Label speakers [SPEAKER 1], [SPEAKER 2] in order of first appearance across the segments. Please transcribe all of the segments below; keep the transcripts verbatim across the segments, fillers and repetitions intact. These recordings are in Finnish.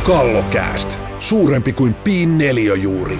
[SPEAKER 1] Kallokääst. Suurempi kuin piin neliöjuuri.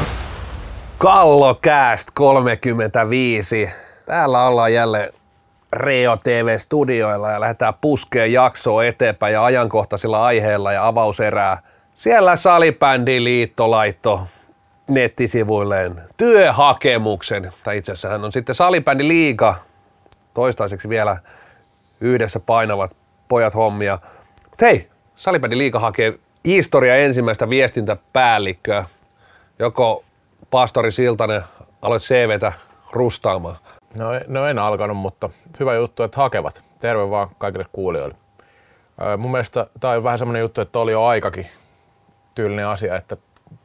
[SPEAKER 2] Kallokääst kolmekymmentäviisi. Täällä ollaan jälleen Reo T V-studioilla ja lähdetään puskeen jaksoa eteenpäin ja ajankohtaisilla aiheilla ja avauserää. Siellä Salibändiliitto laittoi nettisivuilleen työhakemuksen, tai itse asiassa hän on sitten Salibändiliiga, toistaiseksi vielä yhdessä painavat pojat hommia. Mut hei, Salibändiliiga hakee historia ensimmäistä viestintäpäällikköä. Joko pastori Siltanen aloit C V:tä rustaamaan?
[SPEAKER 3] No, no en alkanut, mutta hyvä juttu, että hakevat. Terve vaan kaikille kuulijoille. Öö, mun mielestä tää on vähän semmonen juttu, että oli jo aikakin tyylinen asia, että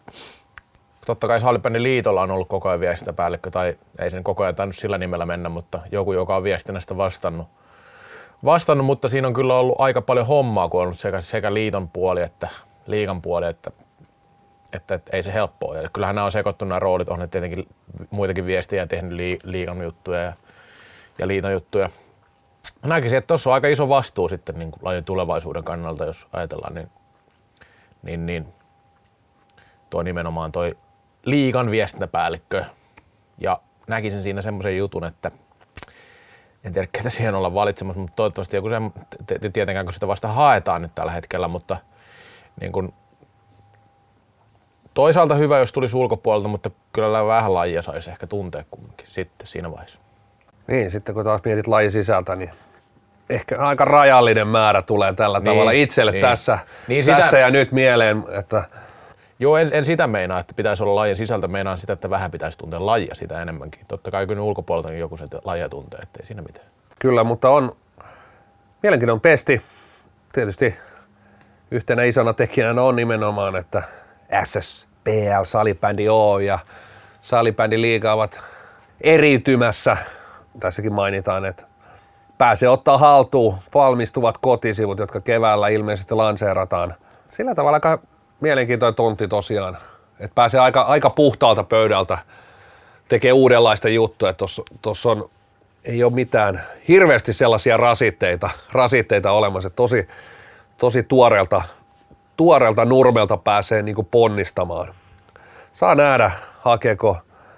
[SPEAKER 3] totta kai Salibändiliitolla on ollut koko ajan viestintäpäällikkö, tai ei sen koko ajan tainnut sillä nimellä mennä, mutta joku, joka on viestinnästä vastannut. Vastannut, mutta siinä on kyllä ollut aika paljon hommaa, kun on ollut sekä, sekä liiton puoli että liigan puoli, että, että, että ei se helppoa. Ja kyllähän nämä on sekoittu nämä roolit, on ne tietenkin muitakin viestiä tehnyt li, liigan juttuja ja, ja liiton juttuja. Näkisin, että tuossa on aika iso vastuu sitten niin kuin lajin tulevaisuuden kannalta, jos ajatellaan, niin, niin, niin tuo nimenomaan toi liigan viestintäpäällikkö. Ja näkisin siinä semmoisen jutun, että en tiedä, ketä siihen ollaan valitsemassa, mutta toivottavasti joku sen, tietenkään kun sitä vasta haetaan nyt tällä hetkellä, mutta niin kun, toisaalta hyvä, jos tulisi ulkopuolelta, mutta kyllä vähän lajia saisi ehkä tuntea kumminkin sitten siinä vaiheessa.
[SPEAKER 2] Niin, sitten kun taas mietit lajin sisältä, niin ehkä aika rajallinen määrä tulee tällä niin, tavalla itselle niin. tässä,
[SPEAKER 3] niin
[SPEAKER 2] tässä
[SPEAKER 3] sitä,
[SPEAKER 2] ja nyt mieleen, että
[SPEAKER 3] joo, en, en sitä meinaa, että pitäisi olla lajin sisältä, meinaan sitä, että vähän pitäisi tuntea lajia sitä enemmänkin. Totta kai kyllä ulkopuolelta niin joku sitä lajia tuntee, ettei siinä mitään. Kyllä,
[SPEAKER 2] mutta on mielenkiintoinen pesti. Tietysti yhtenä isona tekijänä on nimenomaan, että S S P L, Salibändi Oy ja Salibändiliiga ovat eriytymässä. Tässäkin mainitaan, että pääsee ottaa haltuun valmistuvat kotisivut, jotka keväällä ilmeisesti lanseerataan. Sillä tavalla aika mielenkiintoinen tontti tosiaan, että pääsee aika, aika puhtaalta pöydältä tekee uudenlaista juttua, että tuossa on, ei ole mitään hirveästi sellaisia rasitteita, rasitteita olemassa, että tosi, tosi tuoreelta, tuoreelta nurmelta pääsee niin kuin ponnistamaan. Saa nähdä, hakeeko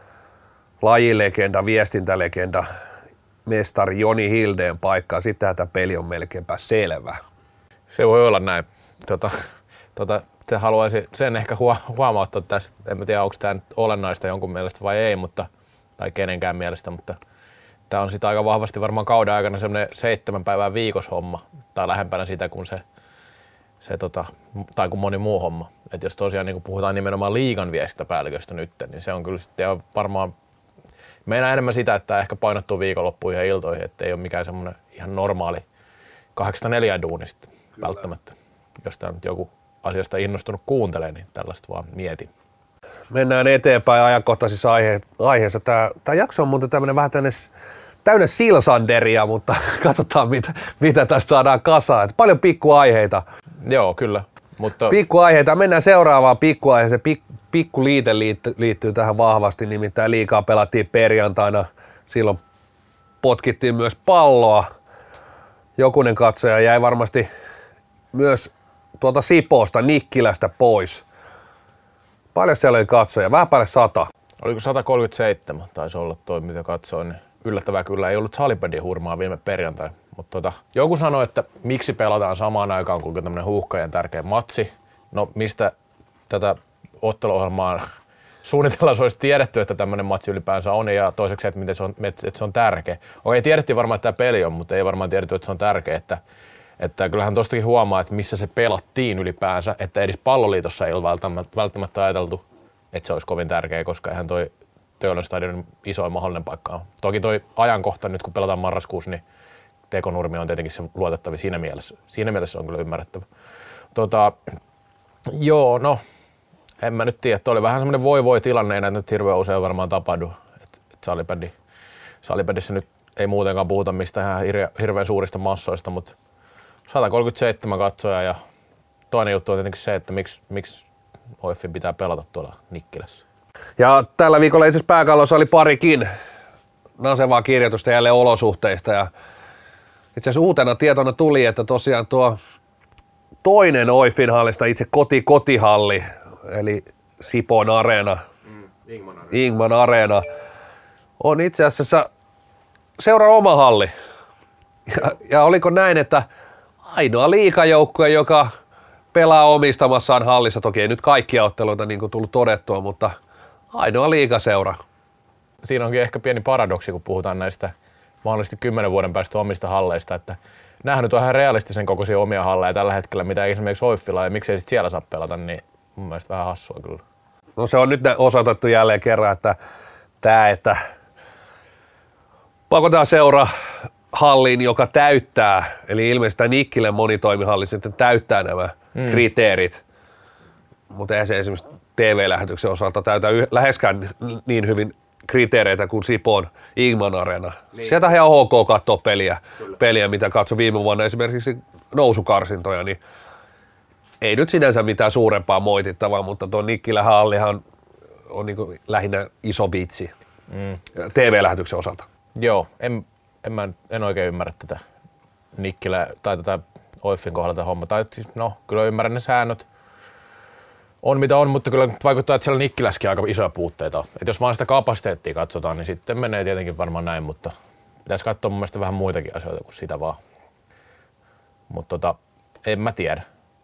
[SPEAKER 2] lajilegenda, viestintälegenda, mestari Joni Hildeen paikkaa, sittenhän tämä peli on melkeinpä selvä.
[SPEAKER 3] Se voi olla näin. Tota, tota, te haluaisin sen ehkä huomauttaa tästä, en tiedä onko tämä nyt olennaista jonkun mielestä vai ei, mutta, tai kenenkään mielestä, mutta tämä on sitä aika vahvasti varmaan kauden aikana semmoinen seitsemän päivää viikossa homma, tai lähempänä sitä kuin se, se tota, tai kuin moni muu homma. Et jos tosiaan niin kun puhutaan nimenomaan liigan viestintäpäälliköstä nyt, niin se on kyllä sitten varmaan, meinaa enemmän sitä, että ehkä painottuu viikonloppuihin ja iltoihin, että ei ole mikään semmoinen ihan normaali kahdeksasta neljään duuni sitten välttämättä, jos tämä nyt joku asiasta innostunut kuuntelee, niin tällaista vaan mietin.
[SPEAKER 2] Mennään eteenpäin ajankohtaisissa aihe- aiheissa. Tämä, tämä jakso on muuten tämmöinen vähän tämmöinen täynnä silsanderia, mutta katsotaan mitä, mitä tästä saadaan kasaan. Että paljon pikkuaiheita.
[SPEAKER 3] Joo, kyllä. Mutta
[SPEAKER 2] pikkuaiheita. Mennään seuraavaan pikkuaiheeseen. Pik, pikkuliite liittyy, liittyy tähän vahvasti, nimittäin liigaa pelattiin perjantaina. Silloin potkittiin myös palloa. Jokunen katsoja jäi varmasti myös tuolta Sipoosta, Nikkilästä pois. Paljon siellä oli katsoja, vähän päälle sata.
[SPEAKER 3] Oliko sata kolmekymmentäseitsemän, taisi olla toi mitä katsoin, niin yllättävää kyllä ei ollut salibändin hurmaa viime perjantai. Mutta tota, joku sanoi, että miksi pelataan samaan aikaan kuin tämmöinen huuhkajien tärkeä matsi. No mistä tätä otteluohjelmaa suunnitellaan, se olisi tiedetty, että tämmöinen matsi ylipäänsä on ja toiseksi, että, miten se on, että se on tärkeä. Okei, tiedettiin varmaan, että tämä peli on, mutta ei varmaan tiedetty, että se on tärkeä. Että Että kyllähän tuostakin huomaa, että missä se pelattiin ylipäänsä, että edes Palloliitossa ei ole välttämättä, välttämättä ajateltu, että se olisi kovin tärkeä, koska eihän toi Töölön stadionin isoin mahdollinen paikka on. Toki toi ajankohta nyt kun pelataan marraskuussa, niin Tekonurmi on tietenkin se luotettava siinä mielessä. Siinä mielessä on kyllä ymmärrettävä. Tota, joo, no en mä nyt tiedä, että oli vähän semmoinen voi-voi-tilanne, ei näitä nyt hirveän usein varmaan tapahdu. Että et salibändi, salibändissä nyt ei muutenkaan puhuta mistään ihan hirveän suurista massoista, mutta sata kolmekymmentäseitsemän katsoja ja toinen juttu on tietenkin se, että miksi, miksi O F:n pitää pelata tuolla Nikkilässä.
[SPEAKER 2] Ja tällä viikolla itse asiassa Pääkallossa oli parikin nasevaa kirjoitusta jälleen olosuhteista ja itse asiassa uutena tietona tuli, että tosiaan tuo toinen Oifin hallista, itse koti-kotihalli, eli Sipoon Areena, mm, Ingman Areena. Ingman Areena, on itse asiassa seuran oma halli. Ja, ja oliko näin, että ainoa liigajoukkue, joka pelaa omistamassaan hallissa, toki ei nyt kaikkia otteluita niin kuin tullut todettua, mutta ainoa liigaseura.
[SPEAKER 3] Siinä onkin ehkä pieni paradoksi, kun puhutaan näistä mahdollisesti kymmenen vuoden päästä omista halleista, että näähän nyt on ihan realistisen kokoisia omia halleja tällä hetkellä, mitä esimerkiksi Oiffilla ja miksei sit siellä saa pelata, niin mun mielestä vähän hassua kyllä.
[SPEAKER 2] No se on nyt osoitettu jälleen kerran, että tämä, että pakotetaan seura halliin, joka täyttää, eli ilmeisesti tämä Nikkilän monitoimihalli sitten täyttää nämä mm. kriteerit, mutta ei se esimerkiksi T V-lähetyksen osalta täytä yh- läheskään niin hyvin kriteereitä kuin Sipoon Ingman Areena. Niin. Sieltä on ihan ok katsoa peliä, peliä, mitä katsoi viime vuonna esimerkiksi nousukarsintoja, niin ei nyt sinänsä mitään suurempaa moitittavaa, mutta tuo Nikkilän hallihan on niin kuin lähinnä iso vitsi mm. T V-lähetyksen osalta.
[SPEAKER 3] Joo, en, en, mä, en oikein ymmärrä tätä Nikkilä tai tätä Oiffin kohdalla tätä homma. Tai siis, no, kyllä ymmärrän ne säännöt. On mitä on, mutta kyllä vaikuttaa, että siellä Nikkilässäkin aika isoja puutteita on. Et jos vaan sitä kapasiteettia katsotaan, niin sitten menee tietenkin varmaan näin, mutta pitäisi katsoa mun mielestä vähän muitakin asioita kuin sitä vaan. Mutta tota, en mä tiedä.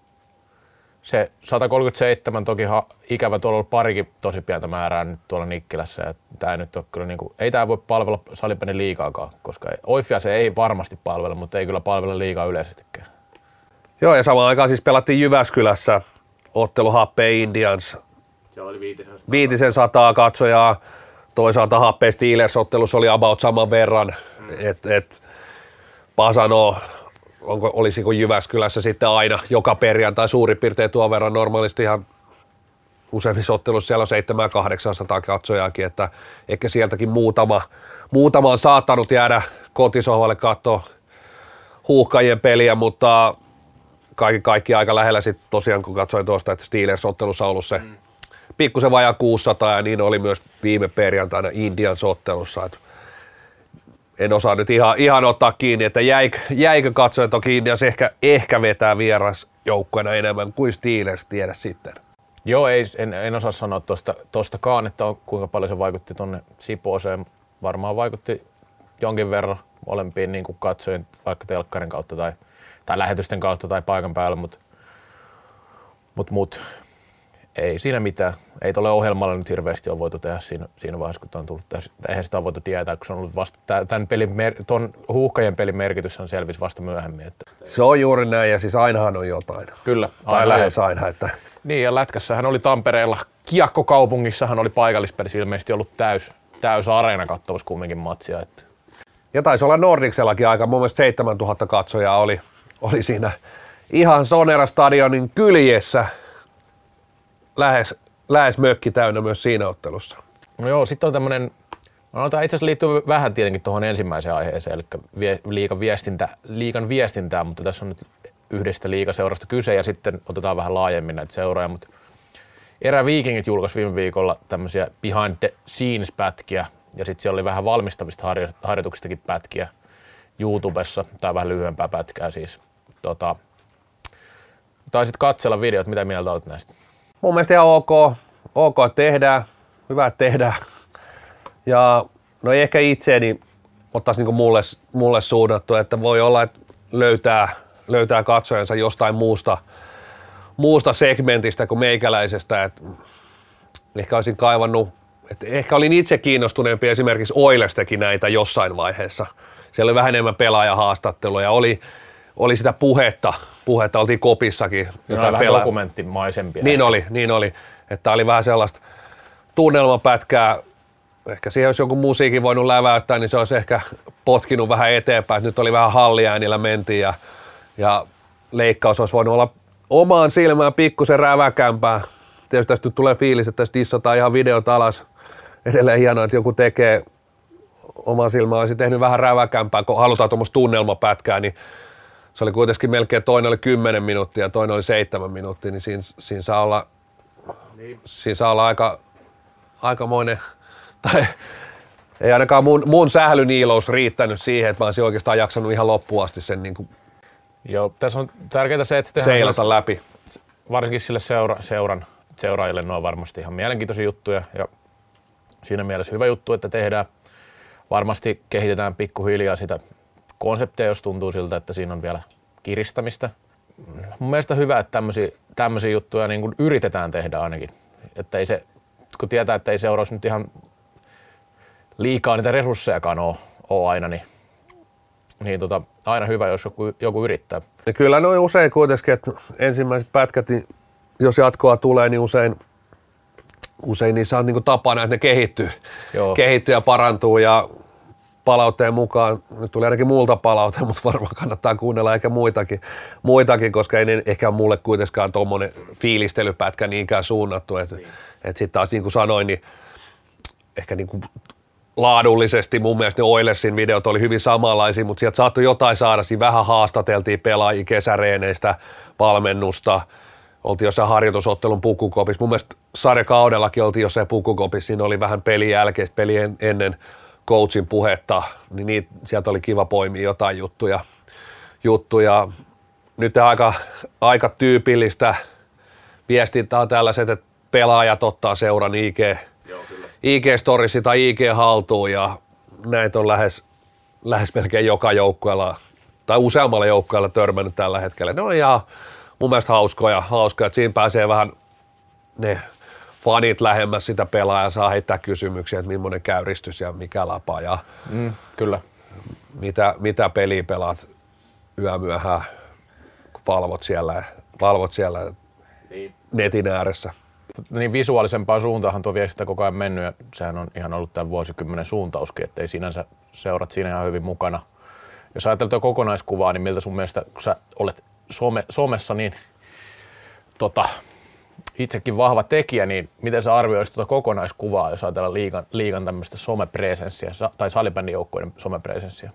[SPEAKER 3] Se sata kolmekymmentäseitsemän toki ha, ikävä, tuolla on parikin tosi pientä määrää nyt tuolla Nikkilässä. Tää nyt on kyllä niinku, ei tää voi palvella salibändin liigaakaan, koska Oiffia se ei varmasti palvella, mutta ei kyllä palvella liigaa yleisestikään.
[SPEAKER 2] Joo, ja samaan aikaan siis pelattiin Jyväskylässä ottelu Happea Indians.
[SPEAKER 3] Siellä oli
[SPEAKER 2] viitisen sataa katsojaa. Toisaalta Happea Steelers-ottelussa oli about saman verran. Mm. Et, et, Paha sanoo, onko, olisiko Jyväskylässä sitten aina joka perjantai suurin piirtein tuon verran, normaalisti ihan useimmissa otteluissa siellä on seitsemän kahdeksansataa katsojaakin, että ehkä sieltäkin muutama, muutama on saattanut jäädä kotisohvalle katsoa Huuhkajien peliä, mutta kaikki, kaikki aika lähellä sitten tosiaan, kun katsoin tuosta, että Steelers-ottelussa on ollut se mm. pikkusen vajaa kuusisataa ja niin oli myös viime perjantaina Indians-ottelussa. Et en osaa nyt ihan, ihan ottaa kiinni, että jäikö, jäikö katsoja, toki Indians ehkä, ehkä vetää vierasjoukkoina enemmän kuin Steelers, tiedä sitten.
[SPEAKER 3] Joo, ei, en, en osaa sanoa tuosta, tuostakaan, että on, kuinka paljon se vaikutti tuonne Sipooseen. Varmaan vaikutti jonkin verran molempiin niin kuin katsojien vaikka telkkarin kautta tai, tai lähetysten kautta tai paikan päällä, mutta mut, mut, ei siinä mitään. Ei tuolle ohjelmalle nyt hirveästi ole voitu tehdä siinä, siinä vaiheessa, kun on tullut. Eihän sitä ole voitu tietää, kun se on ollut vasta, tämän pelin, ton Huuhkajien pelin merkitys on selvisi vasta myöhemmin. Että.
[SPEAKER 2] Se on juuri näin, ja siis ainahan on jotain.
[SPEAKER 3] Kyllä.
[SPEAKER 2] Tai aina lähes aina. Että.
[SPEAKER 3] Niin, ja Lätkässähän oli Tampereella, Kiakkokaupungissahan oli paikallispelissä ilmeisesti ollut täys, täys areena kattavassa kumminkin matsia. Että.
[SPEAKER 2] Ja taisi olla Nordicsellakin aika, mun mielestä seitsemäntuhatta katsojaa oli, oli siinä ihan Sonera-stadionin kyljessä. Lähes, lähes mökki täynnä myös siinä ottelussa.
[SPEAKER 3] No joo, sitten on tämmöinen, no tämä itse asiassa liittyy vähän tietenkin tuohon ensimmäiseen aiheeseen, eli vie, liigan, viestintä, liigan viestintää, mutta tässä on nyt yhdestä liigaseurasta kyse ja sitten otetaan vähän laajemmin näitä seuroja, mutta Eräviikingit julkaisi viime viikolla tämmöisiä behind the scenes pätkiä ja sitten siellä oli vähän valmistavista harjo- harjoituksistakin pätkiä YouTubessa, tai vähän lyhyempää pätkää siis. Tota, taisit katsella videot, mitä mieltä olet näistä?
[SPEAKER 2] Mun mielestä ihan ok, ok että tehdään, hyvä että tehdään. Ja no ei ehkä itseäni ottaisi niinku mulle, mulle suunnattu, että voi olla, että löytää, löytää katsojansa jostain muusta, muusta segmentistä kuin meikäläisestä. Et ehkä olisin kaivannut, että ehkä olin itse kiinnostuneempi esimerkiksi Oilers teki näitä jossain vaiheessa. Siellä oli vähän enemmän pelaajahaastattelua ja oli, oli sitä puhetta. Puhetta oltiin Kopissakin.
[SPEAKER 3] Jotain vähän pela- dokumenttimaisempia.
[SPEAKER 2] Niin oli, niin oli. Että oli vähän sellaista tunnelmapätkää. Ehkä siihen olisi jonkun musiikin voinut läväyttää, niin se olisi ehkä potkinut vähän eteenpäin. Nyt oli vähän halliäänillä mentiin ja, ja leikkaus olisi voinut olla omaan silmään pikkusen räväkämpää. Tietysti tästä tulee fiilis, että tässä dissataan ihan videot alas. Edelleen hienoa, että joku tekee omaan silmään. Olisi tehnyt vähän räväkämpää, kun halutaan tuommoista tunnelmapätkää, niin se oli kuitenkin melkein, toinen oli kymmenen minuuttia ja toinen oli seitsemän minuuttia, niin siinä, siinä saa olla, niin. siinä saa olla aika, aikamoinen, tai ei ainakaan mun, mun sählyniilous riittänyt siihen, että mä olisin oikeastaan jaksanut ihan loppuun asti sen niin kuin
[SPEAKER 3] Joo, tässä on tärkeää se, että
[SPEAKER 2] tehdään seilata läpi.
[SPEAKER 3] Varsinkin sille seura, seuran, seuraajille ne on varmasti ihan mielenkiintoisia juttuja ja siinä mielessä hyvä juttu, että tehdään. Varmasti kehitetään pikkuhiljaa sitä konseptia, jos tuntuu siltä, että siinä on vielä kiristämistä. Mun mielestä hyvä, että tämmöisiä, tämmöisiä juttuja niin kuin yritetään tehdä ainakin. Että ei se, kun tietää, että ei seuraus nyt ihan liikaa niitä resurssejakaan ole, ole aina, niin, niin tota, aina hyvä, jos joku, joku yrittää.
[SPEAKER 2] Ja kyllä ne on usein kuitenkin, että ensimmäiset pätkät, niin jos jatkoa tulee, niin usein, usein niissä on niin kuin tapana, että ne kehittyy, kehittyy ja parantuu ja palautteen mukaan, nyt tuli ainakin multa palaute, mutta varmaan kannattaa kuunnella eikä muitakin, muitakin koska ei ne ehkä mulle kuitenkaan tuommoinen fiilistelypätkä niinkään suunnattu. Että niin. et sitten taas niin kuin sanoin, niin ehkä niin kuin laadullisesti mun mielestä ne Oilersin videot oli hyvin samanlaisia, mutta sieltä saattoi jotain saada, siinä vähän haastateltiin pelaajia kesäreeneistä, valmennusta, oltiin jossain harjoitusottelun pukukopissa. Mun mielestä sarjakaudellakin oltiin jossain pukukopissa, siinä oli vähän pelin jälkeistä, peli ennen coachin puhetta, niin niitä, sieltä oli kiva poimia jotain juttuja. juttuja. Nyt aika, aika tyypillistä viestintää on tällaiset, että pelaajat ottaa seuran I G, I G-storisi tai I G-haltuun ja näitä on lähes, lähes melkein joka joukkueella tai useammalla joukkueella törmännyt tällä hetkellä. Ne on ihan mun mielestä hauskoja, hauskoja, että siinä pääsee vähän ne fanit lähemmäs sitä pelaajaa, saa heittää kysymyksiä, että millainen käyristys ja mikä lapa ja
[SPEAKER 3] mm, kyllä.
[SPEAKER 2] Mitä, mitä peliä pelaat yömyöhään, kun valvot siellä, valvot siellä niin. netin ääressä.
[SPEAKER 3] Niin visuaalisempaan suuntaan tuo viestintä koko ajan mennyt ja sehän on ihan ollut tämän vuosikymmenen suuntauskin, ettei sinänsä seurat siinä ihan hyvin mukana. Jos ajatellaan tuo kokonaiskuvaa, niin miltä sun mielestä, kun sä olet some, somessa niin tota, itsekin vahva tekijä, niin miten sä arvioisit tuota kokonaiskuvaa, jos ajatellaan liigan, liigan tämmöistä somepresenssiä tai salibändijoukkojen somepresenssiä?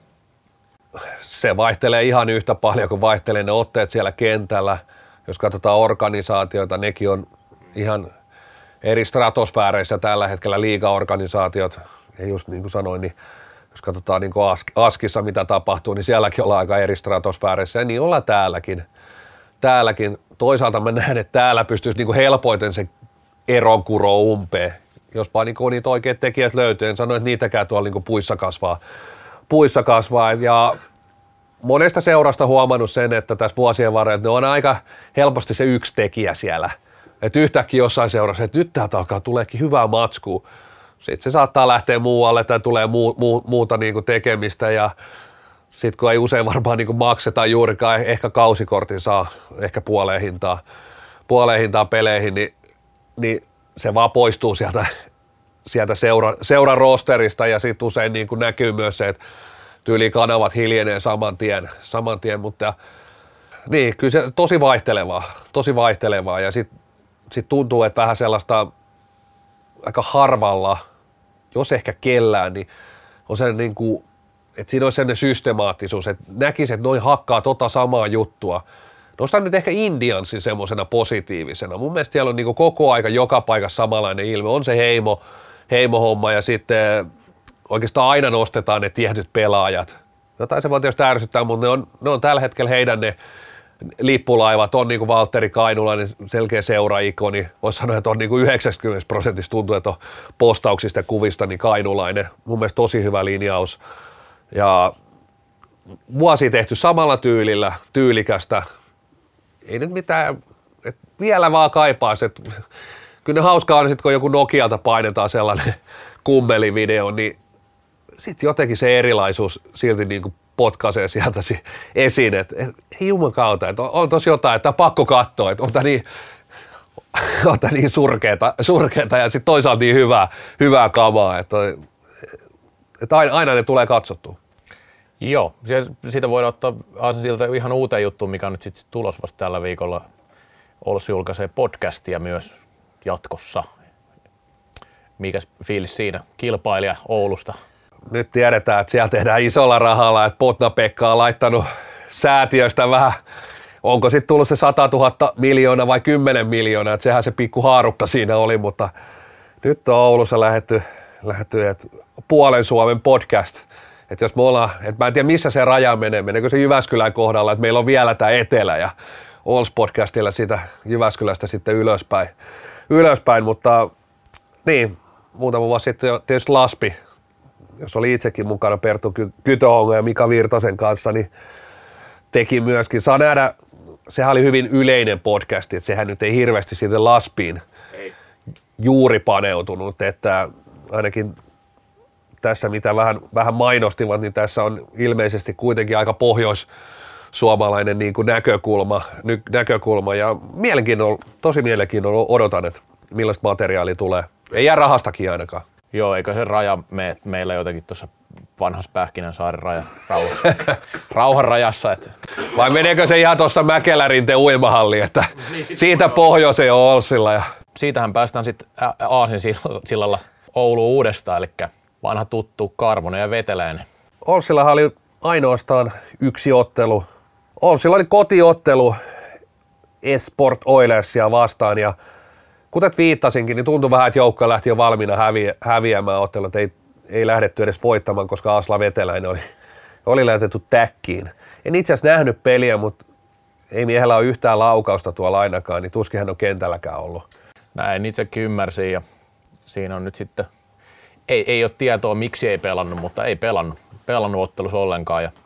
[SPEAKER 2] Se vaihtelee ihan yhtä paljon kuin vaihtelee ne otteet siellä kentällä. Jos katsotaan organisaatioita, nekin on ihan eri stratosfääreissä tällä hetkellä liigaorganisaatiot. Ja just niin kuin sanoin, niin jos katsotaan niin kuin Askissa mitä tapahtuu, niin sielläkin ollaan aika eri stratosfääreissä ja niin ollaan täälläkin. täälläkin. Toisaalta mä näen, että täällä pystyisi niin kuin helpoiten se eron kuroa umpeen. Jos vaan niin kuin niitä oikeat tekijät löytyy, en sano, että niitäkään tuolla niin kuin puissa kasvaa. Puissa kasvaa. Ja monesta seurasta huomannut sen, että tässä vuosien varrella ne on aika helposti se yksi tekijä siellä. Että yhtäkkiä jossain seurassa, että nyt täältä alkaa tuleekin hyvää matskua. Sitten se saattaa lähteä muualle tai tulee muu, muu, muuta niin kuin tekemistä ja sitten kun ei usein varmaan niin kuin makseta juurikaan, ehkä kausikortin saa ehkä puoleen hintaa, puoleen hintaa peleihin, niin, niin se vaan poistuu sieltä, sieltä seura, seuran rosterista ja sitten usein niin kuin näkyy myös se, että tyyliin kanavat hiljenee saman tien, saman tien mutta niin, kyllä se tosi vaihtelevaa, tosi vaihtelevaa ja sitten sit tuntuu, että vähän sellaista aika harvalla, jos ehkä kellään, niin on se niin kuin että siinä olisi sellainen systemaattisuus, että näkisi, että noin hakkaa tota samaa juttua. Nostan nyt ehkä Indiansin semmoisena positiivisena. Mun mielestä siellä on niin koko aika joka paikassa samanlainen ilme. On se heimo, heimohomma ja sitten oikeastaan aina nostetaan ne tietyt pelaajat. Jotain se voi tietysti ärsyttää, mutta ne on, ne on tällä hetkellä heidän ne lippulaivat. On niin kuin Valtteri Kainulainen, selkeä seuraikoni. Voisi sanoa, että on niin kuin yhdeksänkymmentä prosentissa tuntuu, että on postauksista ja kuvista niin Kainulainen. Mun mielestä tosi hyvä linjaus. Ja vuosi tehty samalla tyylillä, tyylikästä. Ei nyt mitään, et vielä vaan kaipaisi. Et, kyllä ne hauskaa on, sit, kun joku Nokialta painetaan sellainen kummelivideo, niin sitten jotenkin se erilaisuus silti niin kuin potkaisee sieltä esiin. Että et, ei juman kautta, että on, on tosi jotain, että on pakko katsoa, että on tämä niin, niin surkeata, surkeata ja sitten toisaalta niin hyvää, hyvää kamaa, että et aina, aina ne tulee katsottua.
[SPEAKER 3] Joo, siitä voidaan ottaa siltä ihan uuteen juttuun, mikä on nyt sitten tulos vasta tällä viikolla. Olssi julkaisee podcastia myös jatkossa. Mikäs fiilis siinä? Kilpailija Oulusta.
[SPEAKER 2] Nyt tiedetään, että siellä tehdään isolla rahalla, että Potna-Pekka on laittanut säätiöstä vähän, onko sitten tullut se sata tuhatta miljoonaa vai kymmenen miljoonaa, että sehän se pikku haarukka siinä oli, mutta nyt on Oulussa lähdetty, lähdetty että puolen Suomen podcast. Että jos me ollaan, että mä en tiedä missä se raja menee, meneekö se Jyväskylän kohdalla, että meillä on vielä tämä etelä ja Ols podcastilla siitä Jyväskylästä sitten ylöspäin, ylöspäin mutta niin, muutama vuosi sitten jo tietysti Laspi, jos oli itsekin mukana Perttu Kytöhonga ja Mika Virtasen kanssa, niin teki myöskin. Saa nähdä, sehän oli hyvin yleinen podcast, että sehän nyt ei hirveästi siitä Laspiin ei. juuri paneutunut, että ainakin tässä mitä vähän, vähän mainostivat, niin tässä on ilmeisesti kuitenkin aika pohjois-suomalainen niin kuin näkökulma, ny, näkökulma ja mielenkiinnolla, tosi mielenkiinnolla odotan, että millaista materiaalia tulee. Ei jää rahastakin ainakaan.
[SPEAKER 3] Joo, eikö se raja me, meillä jotenkin tuossa vanhassa Pähkinänsaaren raja, rauha, rauhan rajassa. Että.
[SPEAKER 2] Vai meneekö se ihan tuossa Mäkelärinteen uimahalliin, että siitä pohjoiseen on Olssilla. Ja.
[SPEAKER 3] Siitähän päästään sitten Aasinsillalla Ouluun uudestaan, eli vanha tuttu Karvonen ja Veteläinen.
[SPEAKER 2] Olssillahan oli ainoastaan yksi ottelu. Olssilla oli kotiottelu Esport Oilersia vastaan ja kuten viittasinkin, niin tuntui vähän, että joukko lähti jo valmiina häviä, häviämään ottelua, että ei, ei lähdetty edes voittamaan, koska Asla Veteläinen oli, oli laitettu täkkiin. En itse asiassa nähnyt peliä, mutta ei miehellä ole yhtään laukausta tuolla ainakaan, niin tuskin hän on kentälläkään ollut.
[SPEAKER 3] Näin itsekin ymmärsin ja siinä on nyt sitten, ei, ei ole tietoa miksi ei pelannut, mutta ei pelannut, pelannut ottelussa ollenkaan ja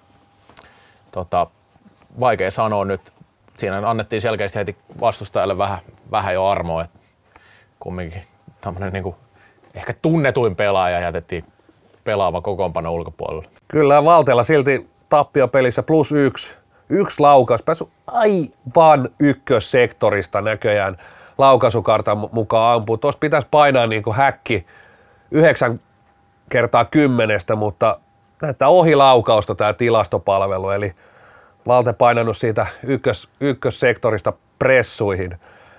[SPEAKER 3] tota, vaikea sanoa nyt, siinä annettiin selkeästi heti vastustajalle vähän, vähän jo armoa, että kumminkin tämmöinen niin kuin ehkä tunnetuin pelaaja jätettiin pelaava kokoonpano ulkopuolelle.
[SPEAKER 2] Kyllä Valteella silti tappiopelissä plus yksi, yksi laukaus, päässyt aivan ykkössektorista näköjään laukaisukartan mukaan ampuu. Tuossa pitäisi painaa niin kuin häkki yhdeksän kertaa kymmenestä, mutta näyttää ohi laukausta tämä tilastopalvelu, eli Valte painanut siitä ykkös, ykkössektorista pressuihin.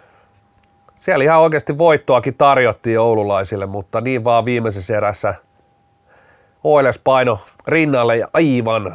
[SPEAKER 2] Siellä ihan oikeasti voittoakin tarjottiin oululaisille, mutta niin vaan viimeisessä erässä Oilers paino rinnalle ja aivan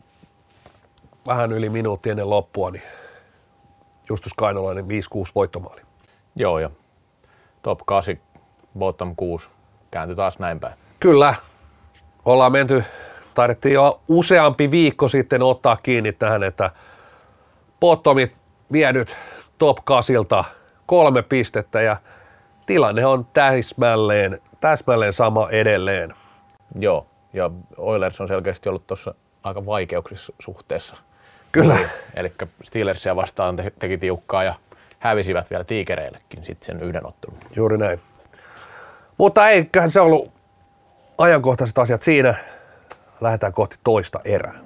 [SPEAKER 2] vähän yli minuutti ennen loppua, niin Justus Kainolainen viisi kuusi voittomaali.
[SPEAKER 3] Joo, ja top kahdeksan, bottom kuusi kääntyi taas näin päin.
[SPEAKER 2] Kyllä, ollaan menty, taidettiin jo useampi viikko sitten ottaa kiinni tähän, että bottomit vienyt top kahdeksalta kolme pistettä ja tilanne on täsmälleen, täsmälleen sama edelleen.
[SPEAKER 3] Joo, ja Oilers on selkeästi ollut tuossa aika vaikeuksissa suhteessa.
[SPEAKER 2] Kyllä.
[SPEAKER 3] Eli Steelersia vastaan te- teki tiukkaa ja hävisivät vielä Tiikereillekin sitten sen yhden ottelun.
[SPEAKER 2] Juuri näin. Mutta eiköhän se ollut ajankohtaiset asiat siinä. Lähdetään kohti toista erää.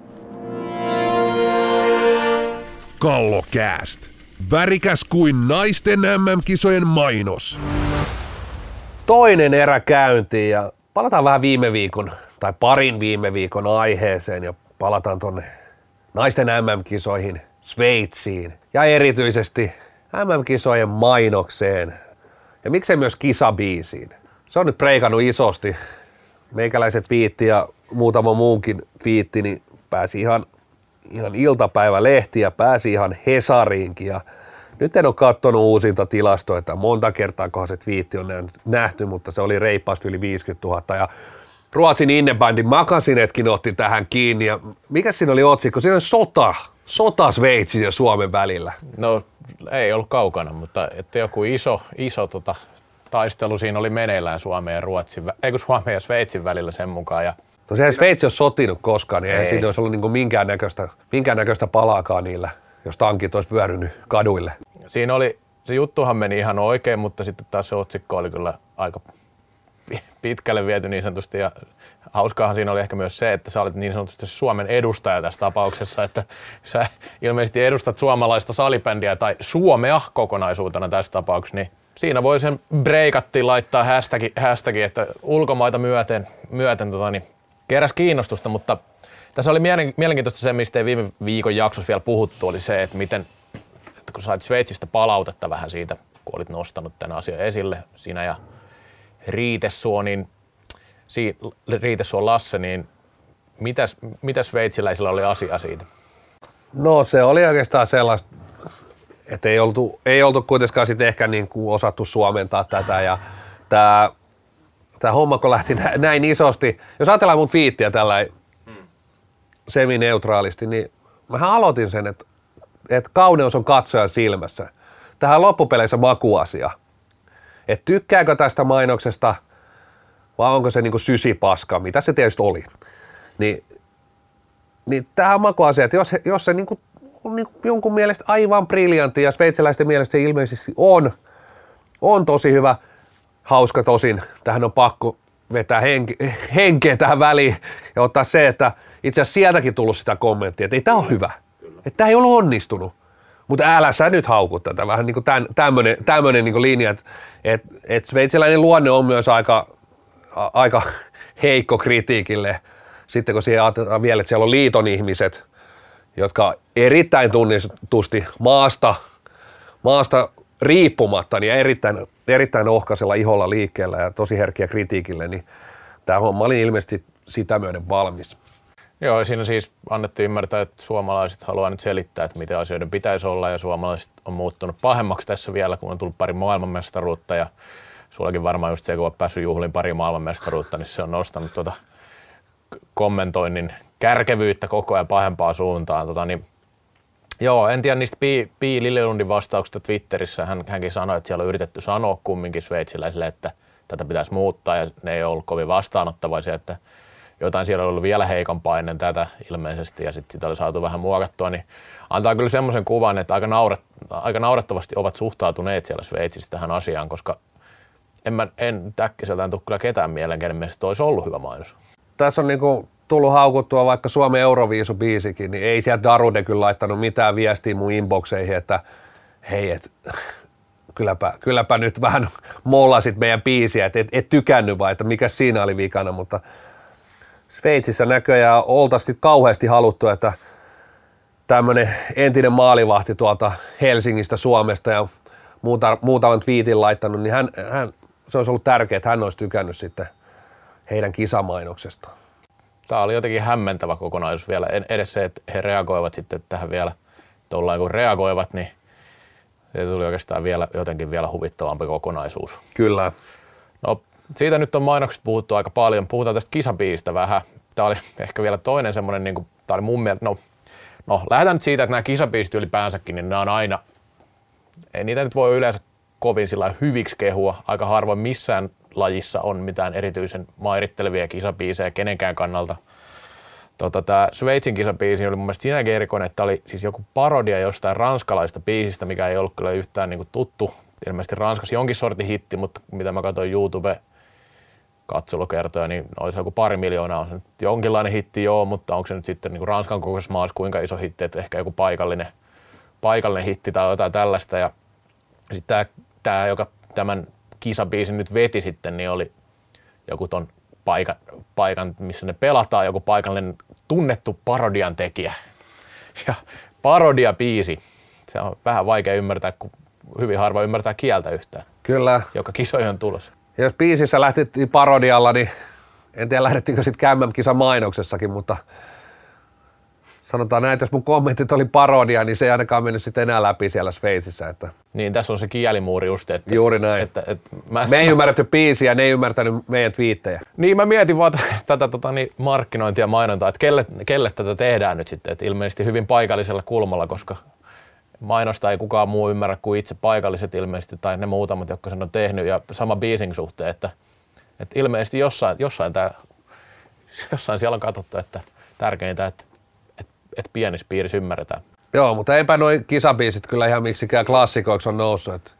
[SPEAKER 1] Kallokääst. Värikäs kuin naisten äm äm-kisojen mainos.
[SPEAKER 2] Toinen erä käyntiin ja palataan vähän viime viikon tai parin viime viikon aiheeseen ja palataan tonne naisten äm äm-kisoihin, Sveitsiin ja erityisesti äm äm-kisojen mainokseen ja miksei myös kisabiisiin. Se on nyt breikannut isosti. Meikäläiset viitti ja muutama muunkin viitti, niin pääsi ihan, ihan iltapäivälehti ja pääsi ihan Hesariinkin. Ja nyt en ole katsonut uusinta tilastoja, että monta kertaa kohan se twiitti on nähty, mutta se oli reippaasti yli viisikymmentätuhatta. Ja Ruotsin innebändin Makasinetkin otti tähän kiinni. Ja mikä siinä oli otsikko? Siinä oli sota, sota Sveitsin ja Suomen välillä.
[SPEAKER 3] No ei ollut kaukana, mutta että joku iso, iso tota, taistelu siinä oli meneillään Suomen ja Ruotsin, eikö Suomen ja Sveitsin välillä sen mukaan. Ja
[SPEAKER 2] tosiaan Sveitsi ole sotinut koskaan, niin ei siinä olisi ollut niin minkäännäköistä, minkäännäköistä palaakaan niillä, jos tankit olisi vyörynyt kaduille.
[SPEAKER 3] Siinä oli, se juttuhan meni ihan oikein, mutta sitten taas se otsikko oli kyllä aika pitkälle viety niin sanotusti. Ja hauskaahan siinä oli ehkä myös se, että sä olet niin sanotusti Suomen edustaja tässä tapauksessa, että sä ilmeisesti edustat suomalaista salibändiä tai Suomea kokonaisuutena tässä tapauksessa, niin siinä voi sen breikattiin laittaa hashtagi, hashtagi että ulkomaita myöten, myöten tota, niin keräs kiinnostusta, mutta tässä oli mielenkiintoista se, mistä ei viime viikon jaksossa vielä puhuttu, oli se, että miten, että kun sait Sveitsistä palautetta vähän siitä, kun olit nostanut tämän asian esille, sinä ja Riitesuo, niin, si, Riitesuo Lasse, niin mitäs, mitäs sveitsiläisillä oli asia siitä?
[SPEAKER 2] No se oli oikeastaan sellaista, että ei oltu, ei oltu kuitenkaan sitten ehkä niin kuin osattu suomentaa tätä ja tämä, tämä homma kun lähti näin isosti, jos ajatellaan mun twiittiä tällä semineutraalisti, niin mähän aloitin sen, että, että kauneus on katsojan silmässä. Tähän loppupeleissä makuasia. Että tykkääkö tästä mainoksesta vai onko se niinku sysipaska, mitä se tietysti oli. Niin, niin tähän on makuasia, että jos, jos se niinku, on niinku jonkun mielestä aivan briljantti ja sveitsiläisten mielestä se ilmeisesti on, on tosi hyvä, hauska tosin, tähän on pakko vetää henke, henkeä tähän väliin ja ottaa se, että itse asiassa sieltäkin tullut sitä kommenttia, että ei tämä ole hyvä, että tämä ei ollut onnistunut. Mutta älä sä nyt hauku tätä, vähän niin kuin tämmöinen, tämmöinen niin kuin linja, että et, et sveitsiläinen luonne on myös aika, a, aika heikko kritiikille. Sitten kun siihen ajatellaan vielä, että siellä on liiton ihmiset, jotka erittäin tunnistusti maasta, maasta riippumatta niin erittäin, erittäin ohkaisella iholla liikkeellä ja tosi herkkiä kritiikille, niin tämä homma oli ilmeisesti sitä myöden valmis.
[SPEAKER 3] Joo, siinä siis annettiin ymmärtää, että suomalaiset haluaa nyt selittää, että miten asioiden pitäisi olla, ja suomalaiset on muuttunut pahemmaksi tässä vielä, kun on tullut pari maailmanmestaruutta, ja sullakin varmaan just se, kun on päässyt juhliin pari maailmanmestaruutta, niin se on nostanut tuota kommentoinnin kärkevyyttä koko ajan pahempaan suuntaan. Tota, niin, joo, en tiedä niistä Pi, Pi Lillelundin vastauksista Twitterissä, hän, hänkin sanoi, että siellä on yritetty sanoa kumminkin sveitsiläisille, että tätä pitäisi muuttaa, ja ne ei ollut kovin vastaanottavaisia, että jotain siellä on ollut vielä heikompaa ennen tätä ilmeisesti, ja sitten sitä oli saatu vähän muokattua, niin antaa kyllä semmoisen kuvan, että aika, nauret, aika naurettavasti ovat suhtautuneet siellä Sveitsissä tähän asiaan, koska en, mä, en täkkiseltään tule kyllä ketään mieleen, kenen mielestä olisi ollut hyvä mainos.
[SPEAKER 2] Tässä on niinku tullut haukuttua vaikka Suomen Euroviisu-biisikin, niin ei sieltä Darude kyllä laittanut mitään viestiä mun inboxeihin, että hei, et, kylläpä, kylläpä nyt vähän mollasit meidän biisiä, että et, et tykännyt vai, että mikä siinä oli vikana, mutta Sveitsissä näköjään oltaisiin kauheasti haluttu, että tämmöinen entinen maalivahti tuolta Helsingistä, Suomesta ja muuta, muutaman twiitin laittanut, niin hän, hän, se olisi ollut tärkeää, että hän olisi tykännyt sitten heidän kisamainoksestaan.
[SPEAKER 3] Tämä oli jotenkin hämmentävä kokonaisuus vielä. Edes se, että he reagoivat sitten tähän vielä, tuollain kun reagoivat, niin se tuli oikeastaan vielä, jotenkin vielä huvittavampi kokonaisuus.
[SPEAKER 2] Kyllä.
[SPEAKER 3] No, siitä nyt on mainokset puhuttu aika paljon. Puhutaan tästä kisabiisistä vähän. Tämä oli ehkä vielä toinen semmoinen, niin kuin, tämä oli mun mielestä, no, no lähdetään nyt siitä, että nämä kisabiisit ylipäänsäkin, niin nämä on aina, ei niitä nyt voi yleensä kovin sillä hyviksi kehua. Aika harvoin missään lajissa on mitään erityisen mairittelevia kisabiisejä kenenkään kannalta. Tota, tämä Sveitsin kisabiisi oli mun mielestä siinäkin erikoinen, että oli siis joku parodia jostain ranskalaista biisistä, mikä ei ollut kyllä yhtään niin kuin tuttu. Ilmeisesti Ranskassa jonkin sortin hitti, mutta mitä mä katsoin YouTube-katselukertoja, niin olisi joku pari miljoonaa. On se nyt jonkinlainen hitti, joo, mutta onko se nyt sitten niin kuin Ranskan kokoisessa maassa kuinka iso hitti, että ehkä joku paikallinen, paikallinen hitti tai jotain tällaista. Ja sitten tämä, tämä, joka tämän kisabiisin nyt veti sitten, niin oli joku ton paikan, paikan, missä ne pelataan, joku paikallinen tunnettu parodian tekijä. Ja parodiabiisi, se on vähän vaikea ymmärtää, kun hyvin harva ymmärtää kieltä yhtään.
[SPEAKER 2] Kyllä.
[SPEAKER 3] Joka kisoihin on tulossa.
[SPEAKER 2] Ja jos biisissä lähtettiin parodialla, niin en tiedä lähdettiinkö sitten M M-kisan mainoksessakin, mutta sanotaan näin, että jos mun kommentit oli parodia, niin se ei ainakaan mennyt sitten enää läpi siellä Sveitsissä. Että
[SPEAKER 3] niin, tässä on se kielimuuri just, että
[SPEAKER 2] juuri näin.
[SPEAKER 3] Että, että mä,
[SPEAKER 2] me ei ymmärretty biisiä, ne ei ymmärtänyt meidän twiittejä.
[SPEAKER 3] Niin, mä mietin vaan tätä tota, niin markkinointia ja mainontaa, että kelle, kelle tätä tehdään nyt sitten, että ilmeisesti hyvin paikallisella kulmalla, koska mainosta ei kukaan muu ymmärrä kuin itse paikalliset ilmeisesti, tai ne muutamat, jotka sen on tehnyt, ja sama biisin suhteen, että, että ilmeisesti jossain, jossain, tää, jossain siellä on katsottu, että tärkeintä, että, että, että pienissä piirissä ymmärretään.
[SPEAKER 2] Joo, mutta eipä noi kisabiisit kyllä ihan miksikään klassikoiksi on noussut. Että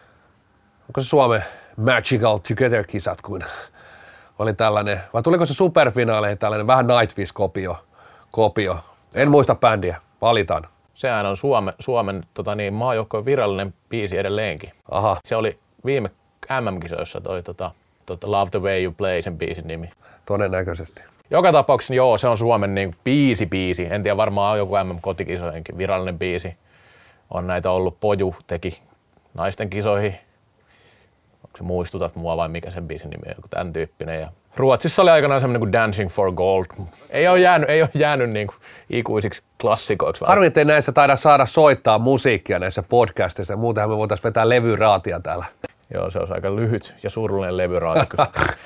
[SPEAKER 2] onko se Suomen Magical Together-kisat, kun oli tällainen, vai tuliko se superfinaaleihin tällainen vähän Nightwish-kopio? Kopio. En muista bändiä, valitaan.
[SPEAKER 3] Sehän on Suomen, Suomen tota niin, maajoukkojen virallinen biisi edelleenkin.
[SPEAKER 2] Aha.
[SPEAKER 3] Se oli viime M M-kisoissa toi tota, tota Love the Way You Play, sen biisin nimi.
[SPEAKER 2] Todennäköisesti.
[SPEAKER 3] Joka tapauksessa joo, se on Suomen niin biisi-biisi. En tiedä, varmaan on joku M M-kotikisojenkin virallinen biisi. On näitä ollut, Poju teki naisten kisoihin. Onko se Muistutat mua vai mikä sen biisin nimi on, joku tämän tyyppinen. Ja Ruotsissa oli aikanaan semmoinen kuin Dancing for Gold. Ei ole jäänyt, ei ole jäänyt niin kuin ikuisiksi klassikoiksi.
[SPEAKER 2] Harmi, ettei näissä taida saada soittaa musiikkia näissä podcasteissa. Muutenhan me voitaisiin vetää levyraatia täällä.
[SPEAKER 3] Joo, se olisi aika lyhyt ja surullinen levyraati.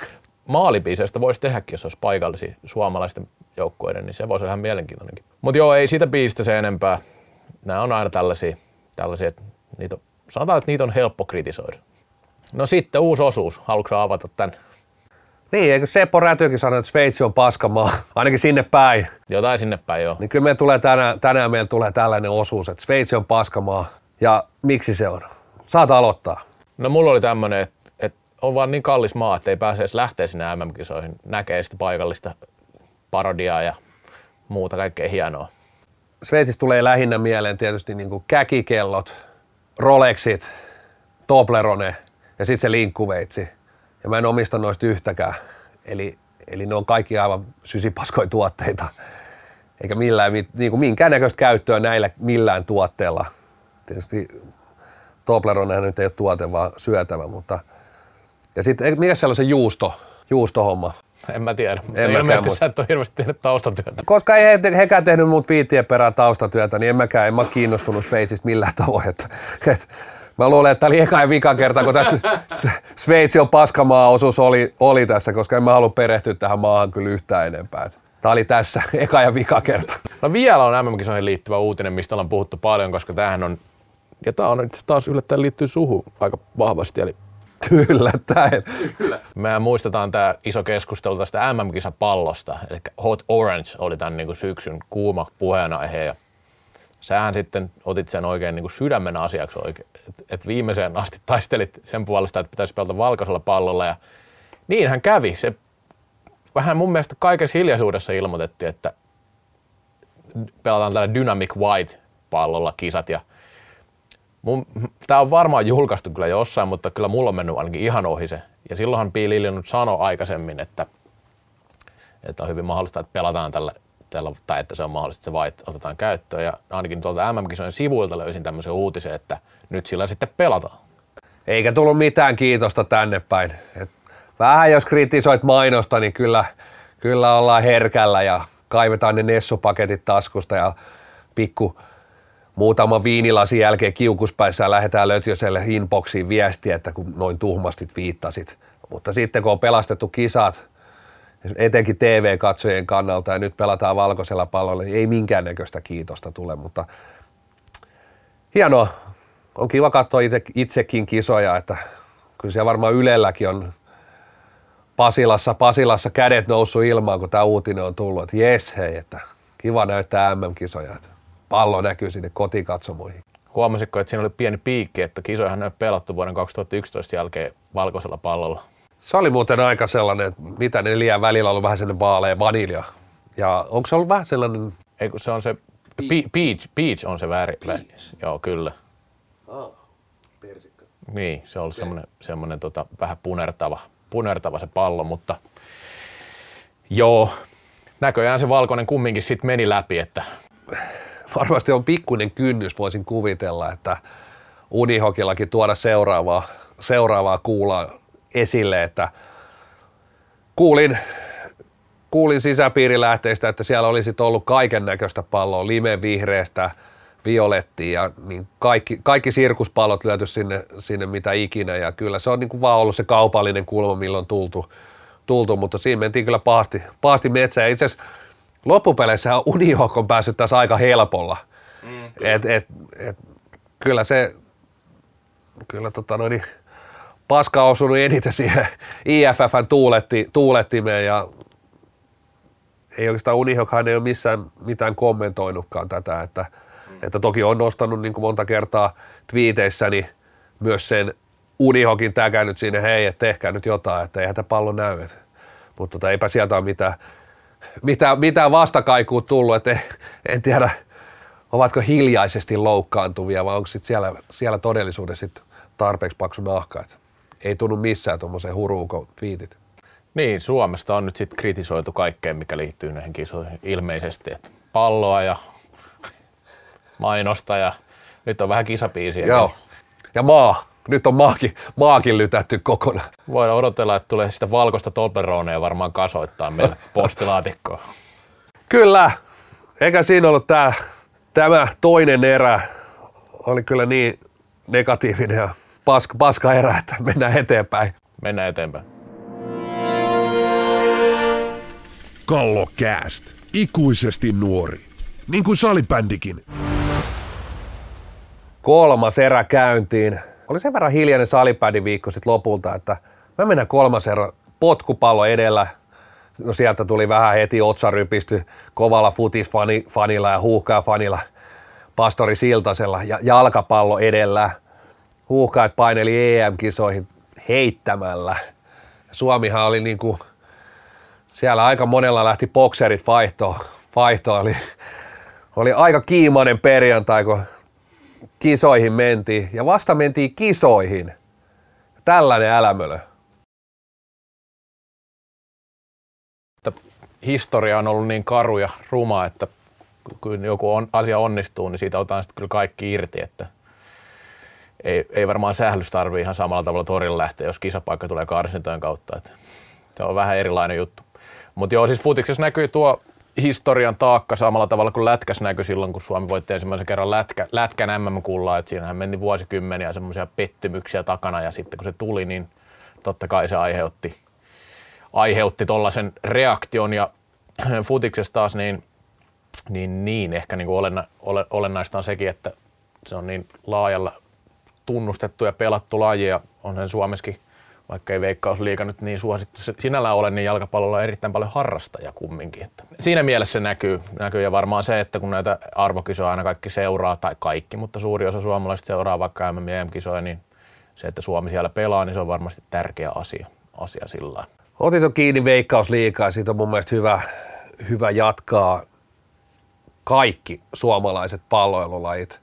[SPEAKER 3] maalibiiseistä voisi tehdäkin, jos olisi paikallisia suomalaisten joukkueiden, niin se voisi olla ihan mielenkiintoinenkin. Mutta joo, ei siitä biisistä se enempää. Nämä on aina tällaisia, tällaisia että niitä on, sanotaan, että niitä on helppo kritisoida. No sitten uusi osuus. Haluatko avata tämän?
[SPEAKER 2] Niin, eikö Seppo Rätykin sanoi, että Sveitsi on paskamaa, ainakin sinne päin.
[SPEAKER 3] Jotain sinne päin, joo.
[SPEAKER 2] Niin kyllä meillä tulee tänään, tänään meillä tulee tällainen osuus, että Sveitsi on paskamaa. Ja miksi se on? Saat aloittaa.
[SPEAKER 3] No mulla oli tämmönen, että, että on vaan niin kallis maa, että ei pääse edes lähteä sinne M M-kisoihin. Näkee sitä paikallista parodiaa ja muuta kaikkea hienoa.
[SPEAKER 2] Sveitsissä tulee lähinnä mieleen tietysti niin kuin käkikellot, Rolexit, Toblerone ja sitten se linkkuveitsi. Ja mä en omista noista yhtäkään. Eli, eli ne on kaikki aivan sysipaskoja tuotteita. Eikä millään, niin kuin minkäännäköistä käyttöä näillä millään tuotteella. Tietysti Toblerone nyt ei ole tuote, vaan syötävä, mutta... Ja sitten, mikä sellaisen juusto, juustohomma?
[SPEAKER 3] En mä tiedä, mutta
[SPEAKER 2] en
[SPEAKER 3] ilmeisesti sä et ole hirveästi tehnyt taustatyötä.
[SPEAKER 2] Koska ei he, hekään tehnyt muut viittien perään taustatyötä, niin en mäkään, en mä kiinnostunut Sveitsistä millään tavoin. Et, et, mä luulen, että tämä oli eka ja vika kerta, kun tässä Sveitsi on paskamaa-osuus oli, oli tässä, koska en mä halua perehtyä tähän maahan kyllä yhtään enempää. Tämä oli tässä eka ja vika kerta.
[SPEAKER 3] No vielä on M M-kisoihin liittyvä uutinen, mistä ollaan puhuttu paljon, koska tämähän on, ja tämä on itse taas yllättäen liittyy suhun aika vahvasti, eli
[SPEAKER 2] yllättäen.
[SPEAKER 3] Kyllä. Me muistetaan tämä iso keskustelu tästä M M-kisapallosta, eli Hot Orange oli tämän niin kuin syksyn kuuma puheenaihe, ja sähän sitten otit sen oikein niin kuin sydämen asiaksi oikein, että et viimeiseen asti taistelit sen puolesta, että pitäisi pelata valkoisella pallolla, ja niinhän kävi. Se vähän mun mielestä kaikessa hiljaisuudessa ilmoitettiin, että pelataan tällä Dynamic White-pallolla kisat, ja tämä on varmaan julkaistu kyllä jossain, mutta kyllä mulla on mennyt ainakin ihan ohi se. Ja silloinhan P. Liljenut sanoi aikaisemmin, että, että on hyvin mahdollista, että pelataan tällä, tällä, tai että se on mahdollista, että se White otetaan käyttöön. Ja ainakin tuolta M M-kisojen sivuilta löysin tämmöisen uutisen, että nyt sillä sitten pelataan.
[SPEAKER 2] Eikä tullut mitään kiitosta tänne päin. Et vähän jos kritisoit mainosta, niin kyllä, kyllä ollaan herkällä ja kaivetaan ne nessupaketit taskusta ja pikku muutama viinilasin jälkeen kiukuspäissä ja lähdetään Lötjöselle inboxiin viestiä, että kun noin tuhmasti viittasit. Mutta sitten kun on pelastettu kisat, etenkin T V-katsojien kannalta ja nyt pelataan valkoisella pallolla, niin ei minkäännäköistä kiitosta tule, mutta hienoa. On kiva katsoa itse, itsekin kisoja, että kyllä siellä varmaan Ylelläkin on Pasilassa, Pasilassa kädet noussut ilmaan, kun tämä uutinen on tullut, että jes hei, että kiva näyttää M M-kisoja. Pallo näkyy sinne kotikatsomoihin.
[SPEAKER 3] Huomasitko, että siinä oli pieni piikki, että kisojahan ei ole pelattu vuoden kaksituhattayksitoista jälkeen valkoisella pallolla?
[SPEAKER 2] Se oli muuten aika sellainen, että mitä ne liian välillä on ollut vähän sellainen vaalea vanilja. Ja onko se ollut vähän sellainen...
[SPEAKER 3] Ei kun se on se... Peach, peach on se väri. Peach. Joo, kyllä.
[SPEAKER 2] Ah, persikka.
[SPEAKER 3] Niin, se on ollut semmoinen, semmoinen tota, vähän punertava, punertava se pallo, mutta... Joo, näköjään se valkoinen kumminkin sitten meni läpi, että...
[SPEAKER 2] Varmasti on pikkuinen kynnys, voisin kuvitella, että Unihokillakin tuoda seuraavaa, seuraavaa kuulaa esille, että kuulin, kuulin sisäpiirilähteistä, että siellä olisi ollut kaiken näköistä palloa, limevihreästä, violettia ja niin kaikki, kaikki sirkuspallot löyty sinne, sinne mitä ikinä ja kyllä se on niin kuin vaan ollut se kaupallinen kulma, milloin tultu, tultu, mutta siinä mentiin kyllä pahasti, pahasti metsään. Itse asiassa loppupeleissä Unihok on päässyt tässä aika helpolla. Mm, et, et, et, kyllä se, kyllä tota noin, paska on osunut eniten siihen I F F:n tuuletti, tuulettimeen ja ei oikeastaan Unihokhan ei ole missään mitään kommentoinutkaan tätä, että, mm. että toki on nostanut niin kuin monta kertaa twiiteissäni myös sen Unihokin täkännyt sinne, hei, että tehkää nyt jotain, että eihän tämä pallo näy. Et, mutta tota, eipä sieltä ole mitään. Mitään, mitään vastakaikua tullut, että en tiedä, ovatko hiljaisesti loukkaantuvia vai onko sit siellä, siellä todellisuudessa sit tarpeeksi paksu nahka. Et ei tunnu missään tuommoiseen huruuko twiitit.
[SPEAKER 3] Niin, Suomesta on nyt sitten kritisoitu kaikkeen, mikä liittyy näihin kisoihin ilmeisesti. Että palloa ja mainosta ja nyt on vähän kisabiisiä.
[SPEAKER 2] Joo, ja maa. Nyt on maakin, maakin lytätty kokonaan.
[SPEAKER 3] Voidaan odotella, että tulee sitä valkoista Tobleronea varmaan kasoittaa meille postilaatikkoon.
[SPEAKER 2] Kyllä, eikä siinä ollut tää, tämä toinen erä. Oli kyllä niin negatiivinen ja paska, paska erä, että mennään eteenpäin.
[SPEAKER 3] Mennään eteenpäin.
[SPEAKER 1] Kallokääst. Ikuisesti nuori. Niin kuin salibändikin.
[SPEAKER 2] Kolmas erä käyntiin. Oli sen verran hiljainen salibändin viikko sitten lopulta, että mä mennään kolmas erä potkupallo edellä. No sieltä tuli vähän heti otsarypisty kovalla futisfanilla ja huuhkajafanilla Pastori Siltasella ja jalkapallo edellä. Huuhkajat paineli E M-kisoihin heittämällä. Suomihan oli niinku, siellä aika monella lähti bokserit vaihtoon. Vaihto oli, oli aika kiimainen perjantai, kun kisoihin mentiin. Ja vasta mentiin kisoihin. Tällainen älämölö.
[SPEAKER 3] Historia on ollut niin karu ja ruma, että kun joku on, asia onnistuu, niin siitä otetaan sitten kyllä kaikki irti. Että ei, ei varmaan sählys tarvitse ihan samalla tavalla torille lähteä, jos kisapaikka tulee karsintojen kautta. Että se on vähän erilainen juttu. Mutta joo, siis futiksessa näkyy tuo historian taakka samalla tavalla kuin lätkässä näkyi silloin, kun Suomi voitti ensimmäisen kerran lätkä, lätkän M M-kullaa. Että siinähän meni vuosikymmeniä semmoisia pettymyksiä takana ja sitten kun se tuli, niin totta kai se aiheutti, aiheutti tollaisen reaktion. Ja futiksessa taas niin, niin, niin ehkä niin kuin olenna, ole, olennaista on sekin, että se on niin laajalla tunnustettu ja pelattu laji ja on sen Suomessakin, vaikka ei Veikkausliiga nyt niin suosittu sinällään ole, niin jalkapallolla on erittäin paljon harrastajia kumminkin. Että siinä mielessä se näkyy, näkyy ja varmaan se, että kun näitä arvokisoja aina kaikki seuraa, tai kaikki, mutta suuri osa suomalaiset seuraa vaikka M M- ja E M-kisoja, niin se, että Suomi siellä pelaa, niin se on varmasti tärkeä asia, asia sillä lailla.
[SPEAKER 2] Otit jo kiinni Veikkausliigaa ja siitä on mun mielestä hyvä, hyvä jatkaa. Kaikki suomalaiset palloilulajit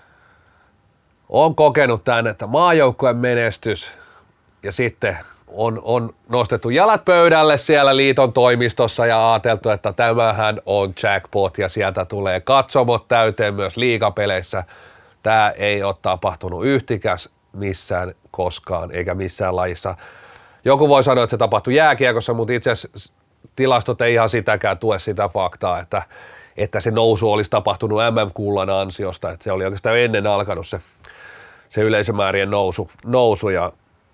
[SPEAKER 2] on kokenut tämän, että maajoukkueen menestys ja sitten on, on nostettu jalat pöydälle siellä liiton toimistossa ja ajateltu, että tämähän on jackpot ja sieltä tulee katsomot täyteen myös liigapeleissä. Tämä ei ole tapahtunut yhtikäs missään koskaan eikä missään lajissa. Joku voi sanoa, että se tapahtui jääkiekossa, mutta itse asiassa tilastot ei ihan sitäkään tue sitä faktaa, että, että se nousu olisi tapahtunut M M-kullan ansiosta. Että se oli oikeastaan ennen alkanut se, se yleisömäärien nousu, nousu. Ja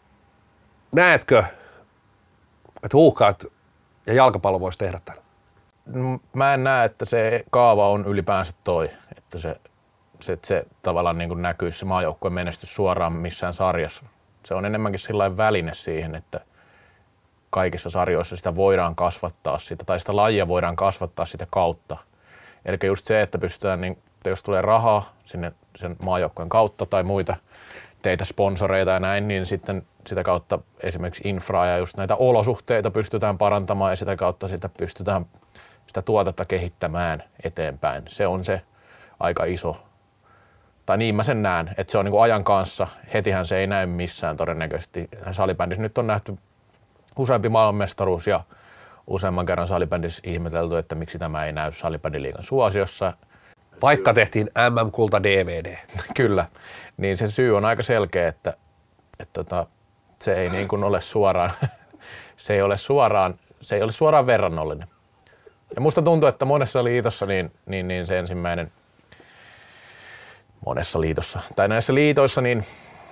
[SPEAKER 2] näetkö, että huuhkajat ja jalkapallo voisi tehdä tämän?
[SPEAKER 3] Mä en näe, että se kaava on ylipäänsä toi, että se, se, että se tavallaan niin kuin näkyy se maajoukkueen menestys suoraan missään sarjassa. Se on enemmänkin sellainen väline siihen, että kaikissa sarjoissa sitä voidaan kasvattaa sitä, tai sitä lajia voidaan kasvattaa sitä kautta. Eli just se, että pystytään, niin, että jos tulee rahaa sinne sen maajoukkueen kautta tai muita teitä sponsoreita ja näin, niin sitten sitä kautta esimerkiksi infraa ja just näitä olosuhteita pystytään parantamaan ja sitä kautta sitä pystytään sitä tuotetta kehittämään eteenpäin. Se on se aika iso, tai niin mä sen näen, että se on niin kuin ajan kanssa. Hetihän se ei näy missään todennäköisesti. Salibändissä nyt on nähty useampi maailmanmestaruus ja useamman kerran salibändissä ihmetelty, että miksi tämä ei näy salibändiliigan suosiossa.
[SPEAKER 2] Vaikka tehtiin M M-kulta D V D.
[SPEAKER 3] Kyllä, niin se syy on aika selkeä, että, että, että se ei niin kuin ole suoraan, se ei ole suoraan, se ei ole suoraan verrannollinen. Ja musta tuntuu, että monessa liitossa niin, niin, niin se ensimmäinen, monessa liitossa, tai näissä liitoissa, niin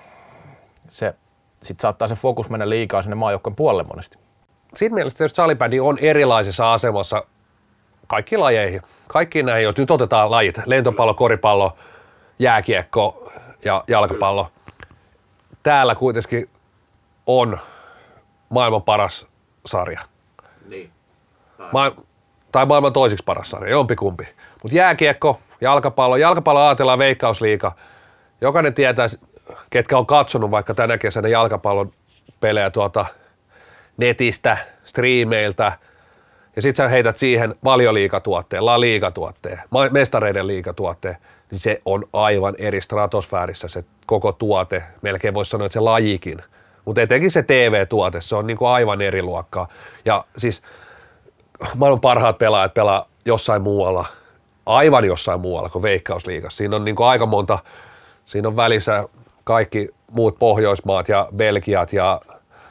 [SPEAKER 3] se sit saattaa se fokus mennä liikaa sinne maajoukkueen puolelle monesti.
[SPEAKER 2] Siinä mielessä tietysti salibändi on erilaisessa asemassa kaikkiin lajeihin. Kaikkiin näihin, jos nyt otetaan lajit, lentopallo, koripallo, jääkiekko ja jalkapallo. Täällä kuitenkin on maailman paras sarja.
[SPEAKER 3] Niin. Tai,
[SPEAKER 2] Ma- tai maailman toisiksi paras sarja, jompikumpi. Mutta jääkiekko, jalkapallo, jalkapallo ajatellaan Veikkausliiga. Jokainen tietää, ketkä on katsonut vaikka tänä kesänä jalkapallon pelejä tuolta netistä, striimeiltä. Ja sit sä heität siihen valioliigatuotteen, La Liga-tuotteen, mestareiden liigatuotteen, niin se on aivan eri stratosfäärissä se koko tuote. Melkein voisi sanoa, että se lajikin. Mutta etenkin se T V-tuote, se on niinku aivan eri luokkaa. Ja siis maailman parhaat pelaajat pelaa jossain muualla, aivan jossain muualla kuin Veikkausliigassa. Siinä on niinku aika monta, siinä on välissä kaikki muut Pohjoismaat ja Belgiat ja,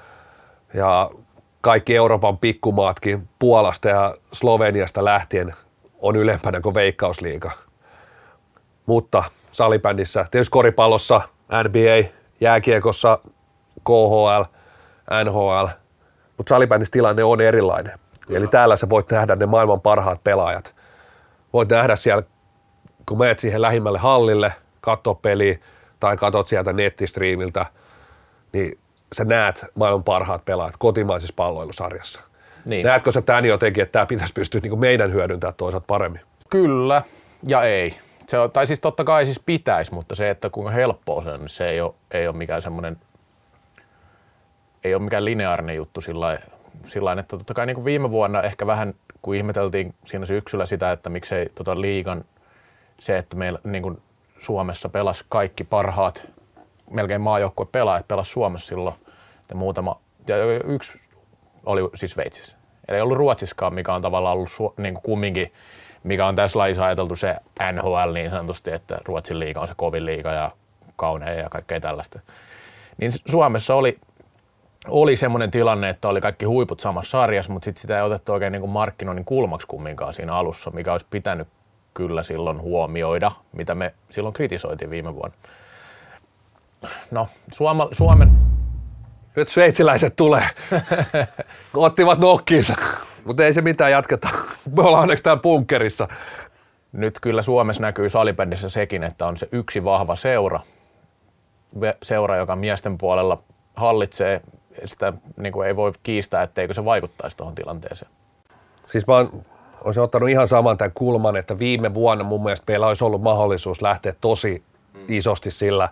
[SPEAKER 2] ja kaikki Euroopan pikkumaatkin Puolasta ja Sloveniasta lähtien on ylempänä kuin Veikkausliiga. Mutta salibändissä, tietysti koripallossa, N B A, jääkiekossa, K H L, N H L, mutta salibändissä tilanne on erilainen. Kyllä. Eli täällä sä voit nähdä ne maailman parhaat pelaajat. Voit nähdä siellä, kun menet siihen lähimmälle hallille, katsoo peliä tai katsot sieltä nettistriimiltä, niin sä näet maailman parhaat pelaajat kotimaisessa palloilusarjassa. Niin. Näetkö sä tämän jotenkin, että tämä pitäisi pystyä niin kuin meidän hyödyntämään toisaalta paremmin?
[SPEAKER 3] Kyllä ja ei. Se on, tai siis totta kai siis pitäisi, mutta se, että kuinka helppoa se on, niin se ei ole, ei ole mikään semmoinen, ei ole mikään lineaarinen juttu sillä lailla, että totta kai niin kuin viime vuonna ehkä vähän, kun ihmeteltiin siinä syksyllä sitä, että miksei tota liigan se, että meillä niin kuin Suomessa pelasi kaikki parhaat, melkein maajoukkue pelaajat pelasi Suomessa silloin, ja muutama, ja yksi oli siis Sveitsissä. Eli ei ollut Ruotsissakaan, mikä on tavallaan ollut su, niin kuin kumminkin, mikä on tässä lajissa ajateltu se N H L niin sanotusti, että Ruotsin liiga on se kovin liiga ja kaunein ja kaikkea tällaista. Niin Suomessa oli, oli semmoinen tilanne, että oli kaikki huiput samassa sarjassa, mutta sitten sitä ei otettu oikein niin kuin markkinoinnin kulmaksi kumminkaan siinä alussa, mikä olisi pitänyt kyllä silloin huomioida, mitä me silloin kritisoitiin viime vuonna. No, Suoma, Suomen...
[SPEAKER 2] Nyt sveitsiläiset tulee. Ottivat nokkiinsa, mutta ei se mitään, jatketa. Me ollaan onneksi täällä bunkkerissa.
[SPEAKER 3] Nyt kyllä Suomessa näkyy salibändissä sekin, että on se yksi vahva seura. Seura, joka miesten puolella hallitsee. Sitä niin kuin ei voi kiistää, etteikö se vaikuttaisi tuohon tilanteeseen.
[SPEAKER 2] Siis mä oon, olisin ottanut ihan saman tämän kulman, että viime vuonna mun mielestä meillä olisi ollut mahdollisuus lähteä tosi isosti sillä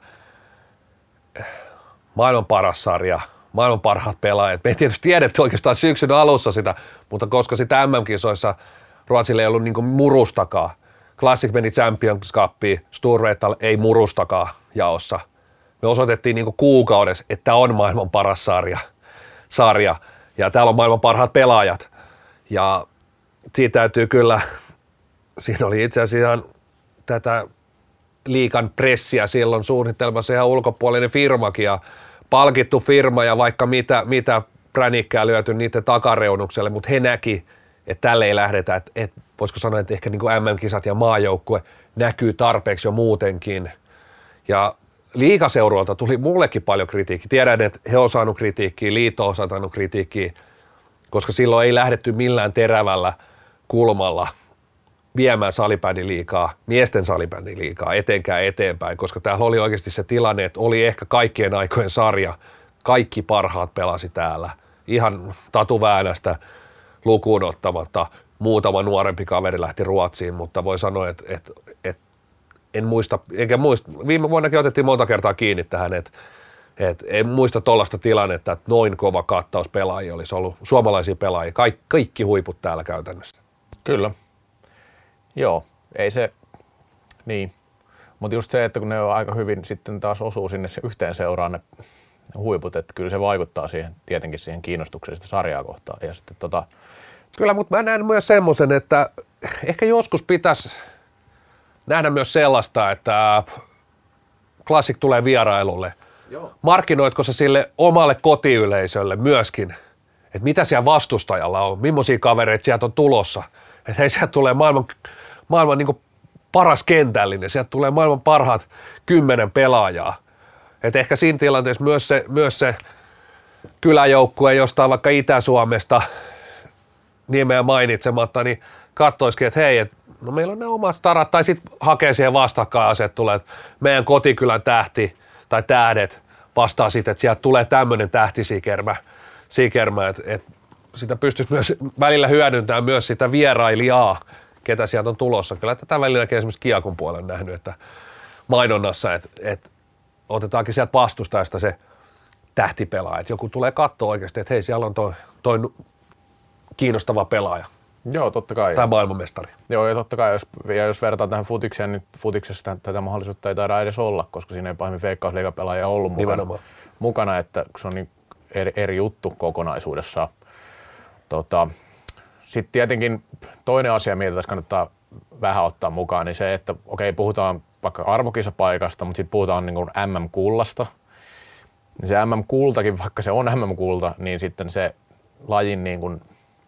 [SPEAKER 2] maailman paras sarja, maailman parhaat pelaajat. Me ei tietysti tiedetty oikeastaan syksyn alussa sitä, mutta koska sitä M M-kisoissa Ruotsille ei ollut niin kuin murustakaan. Classic meni Champions Cupiin, Sturretal ei murustakaan jaossa. Me osoitettiin niin kuin kuukaudessa, että on maailman paras sarja, sarja ja täällä on maailman parhaat pelaajat. Ja siitä täytyy kyllä, siinä oli itse asiassa tätä liigan pressiä silloin suunnittelemassa ihan ulkopuolinen firmakin ja palkittu firma ja vaikka mitä, mitä pränikkää lyöty niiden takareunukselle, mutta he näki, että tälle ei lähdetä, että, että voisiko sanoa, että ehkä niin kuin M M-kisat ja maajoukkue näkyy tarpeeksi jo muutenkin. Ja liigaseuroilta tuli mullekin paljon kritiikkiä. Tiedän, että he on saanut kritiikkiä, liitto on saanut kritiikkiä, koska silloin ei lähdetty millään terävällä kulmalla viemään salibändiliigaa, miesten salibändiliigaa etenkään eteenpäin, koska täällä oli oikeasti se tilanne, että oli ehkä kaikkien aikojen sarja, kaikki parhaat pelasi täällä. Ihan Tatu Väänästä lukuun ottamatta muutama nuorempi kaveri lähti Ruotsiin, mutta voi sanoa, että, että, että en muista, enkä muista, viime vuonnakin otettiin monta kertaa kiinni tähän, että, että en muista tuollaista tilannetta, että noin kova kattaus pelaajia olisi ollut, suomalaisia pelaajia, kaikki, kaikki huiput täällä käytännössä.
[SPEAKER 3] Kyllä. Joo, ei se, niin, mutta just se, että kun ne on aika hyvin sitten taas osuu sinne yhteen seuraan ne huiput, että kyllä se vaikuttaa siihen, tietenkin siihen kiinnostukseen sitä sarjaa kohtaan. Ja sitten tota...
[SPEAKER 2] Kyllä, mutta mä näen myös semmoisen, että ehkä joskus pitäisi nähdä myös sellaista, että Classic tulee vierailulle. Joo. Markkinoitko se sille omalle kotiyleisölle myöskin, että mitä siellä vastustajalla on, millaisia kavereita sieltä on tulossa. Että hei, sieltä tulee maailman, maailman niin kuin paras kentällinen, sieltä tulee maailman parhaat kymmenen pelaajaa. Että ehkä siinä tilanteessa myös se, myös se kyläjoukkue jostain vaikka Itä-Suomesta nimeä mainitsematta, niin katsoisikin, että hei, et, no meillä on nämä omat starat, tai sitten hakee siihen vastakkainasetteluun, että meidän kotikylän tähti tai tähdet vastaa sitten, että sieltä tulee tämmöinen tähtisikermä, sikermä, että et sitä pystyisi myös välillä hyödyntämään myös sitä vierailijaa, ketä sieltä on tulossa. Kyllä tätä välilläkin esimerkiksi Kiakun puolella nähnyt, että mainonnassa, että, että otetaankin sieltä vastustajasta se tähtipelaaja, että joku tulee katsoa oikeasti, että hei, siellä on toi, toi kiinnostava pelaaja.
[SPEAKER 3] Joo, totta kai.
[SPEAKER 2] Tai maailmanmestari.
[SPEAKER 3] Joo, ja totta kai, jos, ja jos verrataan tähän futikseen, niin futiksessa tätä mahdollisuutta ei taida edes olla, koska siinä ei pahemmin veikkausliigapelaajia ollut mukana, mukana, että se on niin eri, eri juttu kokonaisuudessaan. Tota, sitten tietenkin toinen asia, mitä tässä kannattaa vähän ottaa mukaan, niin se, että okei, puhutaan vaikka arvokisapaikasta, mutta sitten puhutaan niin kuin M M-kullasta. Niin se M M-kultakin, vaikka se on M M-kulta, niin sitten se lajin niin kuin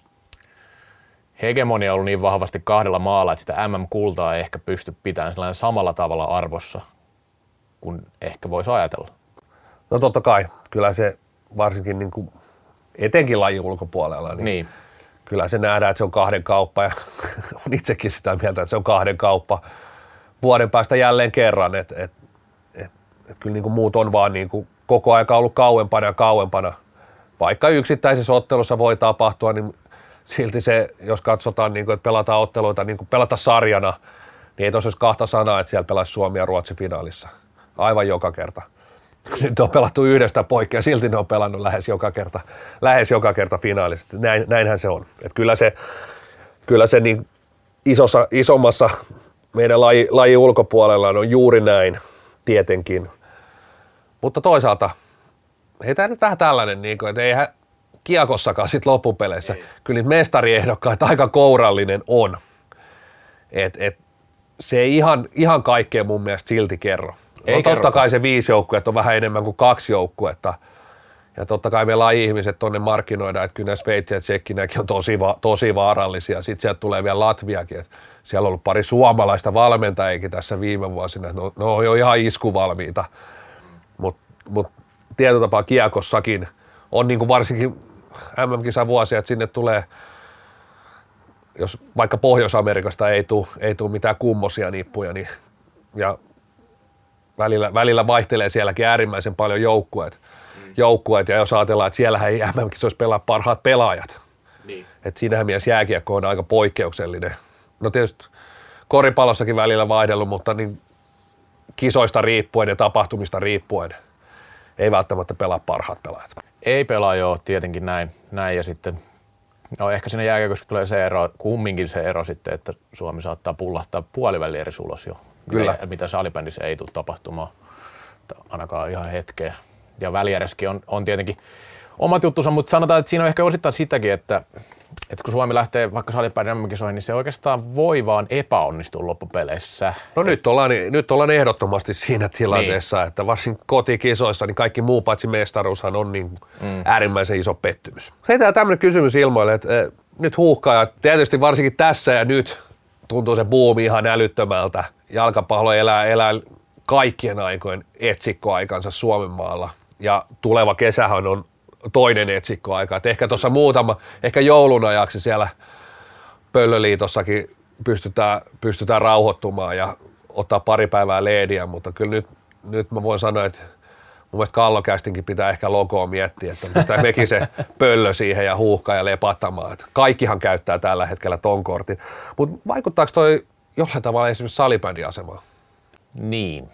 [SPEAKER 3] hegemonia on ollut niin vahvasti kahdella maalla, että sitä M M-kultaa ei ehkä pysty pitämään sellainen samalla tavalla arvossa kuin ehkä voisi ajatella.
[SPEAKER 2] No totta kai, kyllä se varsinkin niin kuin etenkin lajin ulkopuolella, niin, niin. kyllä se nähdään, että se on kahden kauppa ja on itsekin sitä mieltä, että se on kahden kauppa vuoden päästä jälleen kerran, että et, et, et kyllä niin kuin muut on vaan niin kuin koko aika ollut kauempana ja kauempana. Vaikka yksittäisessä ottelussa voi tapahtua, niin silti se, jos katsotaan, niin kuin, että pelataan otteluita, niin kuin pelata sarjana, niin ei tosiaan kahta sanaa, että siellä pelaisi Suomi ja Ruotsi finaalissa. Aivan joka kerta. Nyt on pelattu yhdestä poikki ja silti ne on pelannut lähes joka kerta, lähes joka kerta finaalissa. Näin, näinhän se on. Että kyllä se, kyllä se niin isossa, isommassa meidän laji, laji ulkopuolella on juuri näin tietenkin. Mutta toisaalta, ei tämä nyt vähän tällainen, niin kuin, että eihän kiekossakaan sit loppupeleissä. Ei. Kyllä niitä mestariehdokkaita aika kourallinen on. Et, et, se ei ihan, ihan kaikkea mun mielestä silti kerro. Ei no, totta kai se viisi joukkuetta on vähän enemmän kuin kaksi joukkuetta. Ja totta kai me laji-ihmiset tonne markkinoidaan, että kyllä Sveitsi ja Tsekkinäkin on tosi, va- tosi vaarallisia. Sitten sieltä tulee vielä Latviakin. Että siellä on ollut pari suomalaista valmentajiakin tässä viime vuosina. Ne on, ne on jo ihan iskuvalmiita. Mutta mut tietyllä tapaa kiekossakin on niin kuin varsinkin M M-kisan vuosia, että sinne tulee, jos vaikka Pohjois-Amerikasta ei tule, ei tule mitään kummosia nippuja, niin, ja välillä, välillä vaihtelee sielläkin äärimmäisen paljon joukkueet, mm. joukkueet ja jos ajatellaan, että siellähän ei M M-kisoissa pelaa parhaat pelaajat, niin. Että siinähän mielessä jääkiekko on aika poikkeuksellinen. No tietysti koripallossakin välillä vaihdellut, mutta niin kisoista riippuen ja tapahtumista riippuen ei välttämättä pelaa parhaat pelaajat.
[SPEAKER 3] Ei pelaa joo, tietenkin näin, näin ja sitten, no ehkä siinä jääkiekossa tulee se ero, kumminkin se ero sitten, että Suomi saattaa pullahtaa puolivälierys ulos jo. Kyllä. Mitä, mitä salibändissä ei tule tapahtumaan, ainakaan ihan hetkeä. Ja väliereskin on, on tietenkin omat juttunsa, mutta sanotaan, että siinä on ehkä osittain sitäkin, että, että kun Suomi lähtee vaikka salibändin M M-kisoihin, niin se oikeastaan voi vaan epäonnistua loppupeleissä.
[SPEAKER 2] No nyt ollaan, nyt ollaan ehdottomasti siinä tilanteessa, niin. Että varsin kotikisoissa niin kaikki muu paitsi mestaruushan on niin mm. äärimmäisen iso pettymys. Heitään tämmöinen kysymys ilmoille, että eh, nyt huuhkajat, tietysti varsinkin tässä ja nyt tuntuu se buumi ihan älyttömältä. Jalkapallo elää, elää kaikkien aikojen etsikkoaikansa Suomenmaalla ja tuleva kesähän on toinen etsikkoaika. Et ehkä tuossa muutama, ehkä joulun ajaksi siellä Pöllöliitossakin pystytään, pystytään rauhoittumaan ja ottaa pari päivää leediä, mutta kyllä nyt, nyt mä voin sanoa, että mun mielestä Kallokästinkin pitää ehkä logoa miettiä, että pistää mekin se pöllö siihen ja huuhkaa ja lepattamaan. Et kaikkihan käyttää tällä hetkellä ton kortin. Mutta vaikuttaako toi jollain tavalla esimerkiksi salibändiasemaan?
[SPEAKER 3] Niin.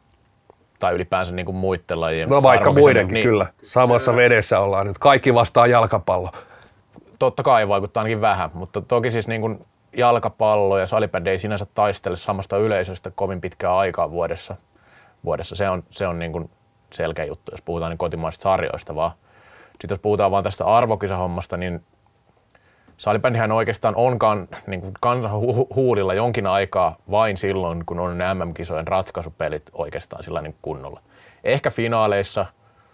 [SPEAKER 3] Tai ylipäänsä niin kuin muiden lajien.
[SPEAKER 2] No vaikka muidenkin, niin, kyllä. Samassa vedessä ollaan nyt. Kaikki vastaa jalkapallo.
[SPEAKER 3] Totta kai vaikuttaa ainakin vähän, mutta toki siis niin kuin jalkapallo ja salibändi ei sinänsä taistele samasta yleisöstä kovin pitkää aikaa vuodessa. vuodessa. Se on, se on niin kuin selkeä juttu, jos puhutaan niin kotimaisista sarjoista vaan. Sitten jos puhutaan vaan tästä arvokisahommasta, niin salibändihän oikeastaan onkaan niin kuin kansan hu- huulilla jonkin aikaa vain silloin, kun on ne M M-kisojen ratkaisupelit oikeastaan sillä niin kunnolla. Ehkä finaaleissa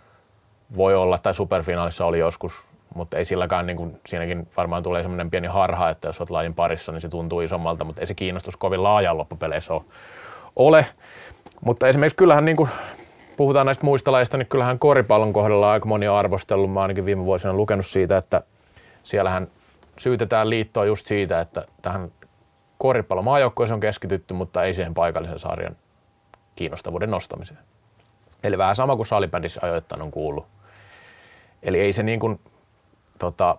[SPEAKER 3] voi olla, tai superfinaalissa oli joskus, mutta ei silläkään, niin kuin, siinäkin varmaan tulee semmoinen pieni harha, että jos olet lajin parissa, niin se tuntuu isommalta, mutta ei se kiinnostus kovin laajan loppupeleissä ole. Mutta esimerkiksi kyllähän, niin kuin puhutaan näistä muista lajeista, niin kyllähän koripallon kohdalla aika moni on arvostellut. Mä ainakin viime vuosina lukenut siitä, että siellähän syytetään liittoa just siitä, että tähän koripallon maajoukkoihin on keskitytty, mutta ei siihen paikallisen sarjan kiinnostavuuden nostamiseen. Eli vähän sama kuin salibändissä ajoittain on kuullut. Eli ei se niin kuin, tota...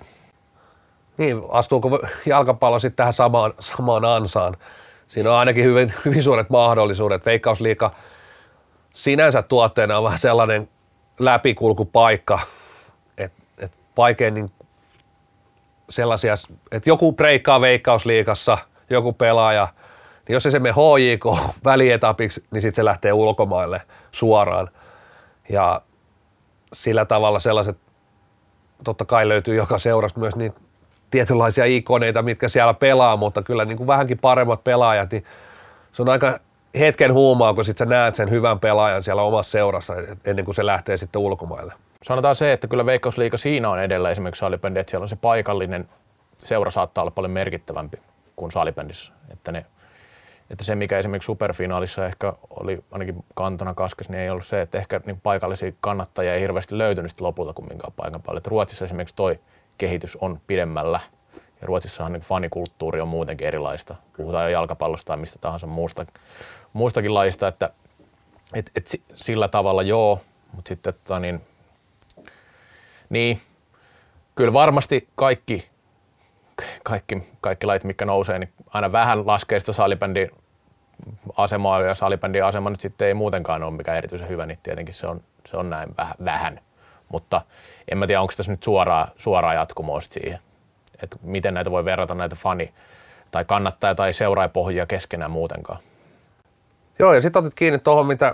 [SPEAKER 2] Niin, astuuko jalkapallo sitten tähän samaan, samaan ansaan? Siinä on ainakin hyvin, hyvin suuret mahdollisuudet. Veikkausliiga sinänsä tuotteena on vähän sellainen läpikulkupaikka, että et vaikein niin sellaisia, että joku breikkaa Veikkausliigassa, joku pelaaja, niin jos se mene H J K välietapiksi, niin sitten se lähtee ulkomaille suoraan. Ja sillä tavalla sellaiset, totta kai löytyy joka seurasta myös niitä tietynlaisia ikoneita, mitkä siellä pelaa, mutta kyllä niin kuin vähänkin paremmat pelaajat, niin se on aika hetken huumaa, kun sitten sä näet sen hyvän pelaajan siellä omassa seurassa ennen kuin se lähtee sitten ulkomaille.
[SPEAKER 3] Sanotaan se, että kyllä Veikkausliiga siinä on edellä esimerkiksi salibändi, että siellä on se paikallinen seura saattaa olla paljon merkittävämpi kuin salibändissä. Että, ne, että se, mikä esimerkiksi superfinaalissa ehkä oli ainakin kantona kaskes, niin ei ollut se, että ehkä niin paikallisia kannattajia ei hirveästi löytynyt lopulta kumminkaan paikan päälle. Että Ruotsissa esimerkiksi toi kehitys on pidemmällä. Ja Ruotsissahan niin fanikulttuuri on muutenkin erilaista. Puhutaan jo jalkapallosta tai mistä tahansa muusta, muustakin lajista, että et, et sillä tavalla joo, mutta sitten tota, niin, niin, kyllä varmasti kaikki, kaikki, kaikki lajit, mitkä nousee, niin aina vähän laskee sitä salibändin asemaa, ja salibändin asema nyt sitten ei muutenkaan ole mikään erityisen hyvä, niin tietenkin se on, se on näin vähän. Mutta en mä tiedä, onko tässä nyt suoraa, suoraa jatkumoa siihen, että miten näitä voi verrata näitä fani- tai kannattaja- tai seuraajapohjia keskenään muutenkaan.
[SPEAKER 2] Joo, ja sitten otit kiinni tuohon, mitä,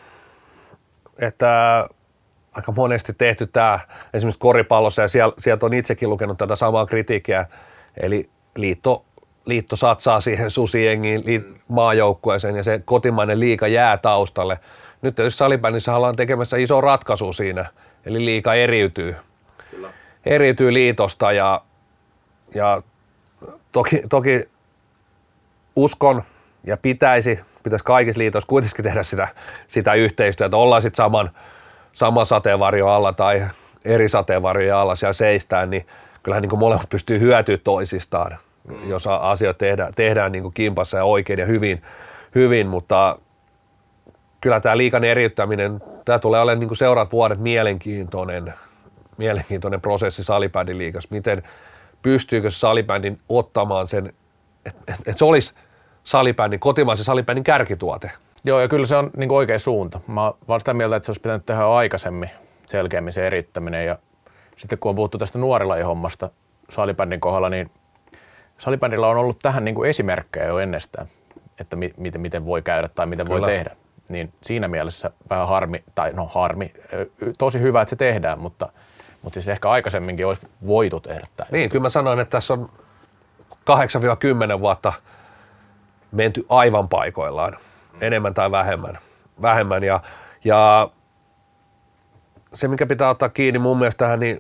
[SPEAKER 2] että aika monesti tehty tämä esimerkiksi koripallossa, ja siellä, sieltä on itsekin lukenut tätä samaa kritiikkiä, eli liitto, liitto satsaa siihen susijengiin, maajoukkueeseen, ja se kotimainen liiga jää taustalle. Nyt tietysti salibändissä ollaan tekemässä iso ratkaisu siinä, eli liiga eriytyy. Kyllä. Eriytyy liitosta, ja, ja toki, toki uskon ja pitäisi, pitäisi kaikissa liitoissa kuitenkin tehdä sitä, sitä yhteistyötä, ollaan sitten saman, saman sateenvarjon alla tai eri sateenvarjojen alla siellä seistään, niin kyllähän niin kuin molemmat pystyy hyötyä toisistaan, mm. jos asioita tehdään, tehdään niin kuin kimpassa ja oikein ja hyvin, hyvin, mutta kyllä tämä liigan eriyttäminen, tämä tulee olemaan niin kuin seuraavat vuodet mielenkiintoinen, mielenkiintoinen prosessi salibändin liigassa. Miten pystyykö salibändin ottamaan sen, että et, et se olisi salibändin, kotimaisen salibändin kärkituote?
[SPEAKER 3] Joo, ja kyllä se on niin kuin oikea suunta. Mä olen sitä mieltä, että se olisi pitänyt tehdä aikaisemmin selkeämmin se eriyttäminen. Ja sitten kun on puhuttu tästä nuorilajihommasta salibändin kohdalla, niin salibändillä on ollut tähän niin kuin esimerkkejä jo ennestään, että mi- miten, miten voi käydä tai miten kyllä voi tehdä. Niin siinä mielessä vähän harmi, tai no harmi, tosi hyvä, että se tehdään, mutta, mutta siis ehkä aikaisemminkin olisi voitu tehdä tämä.
[SPEAKER 2] Niin, kyllä mä sanoin, että tässä on kahdeksan kymmenen vuotta menty aivan paikoillaan, mm. enemmän tai vähemmän. vähemmän. Ja, ja se, mikä pitää ottaa kiinni mun mielestä tähän, niin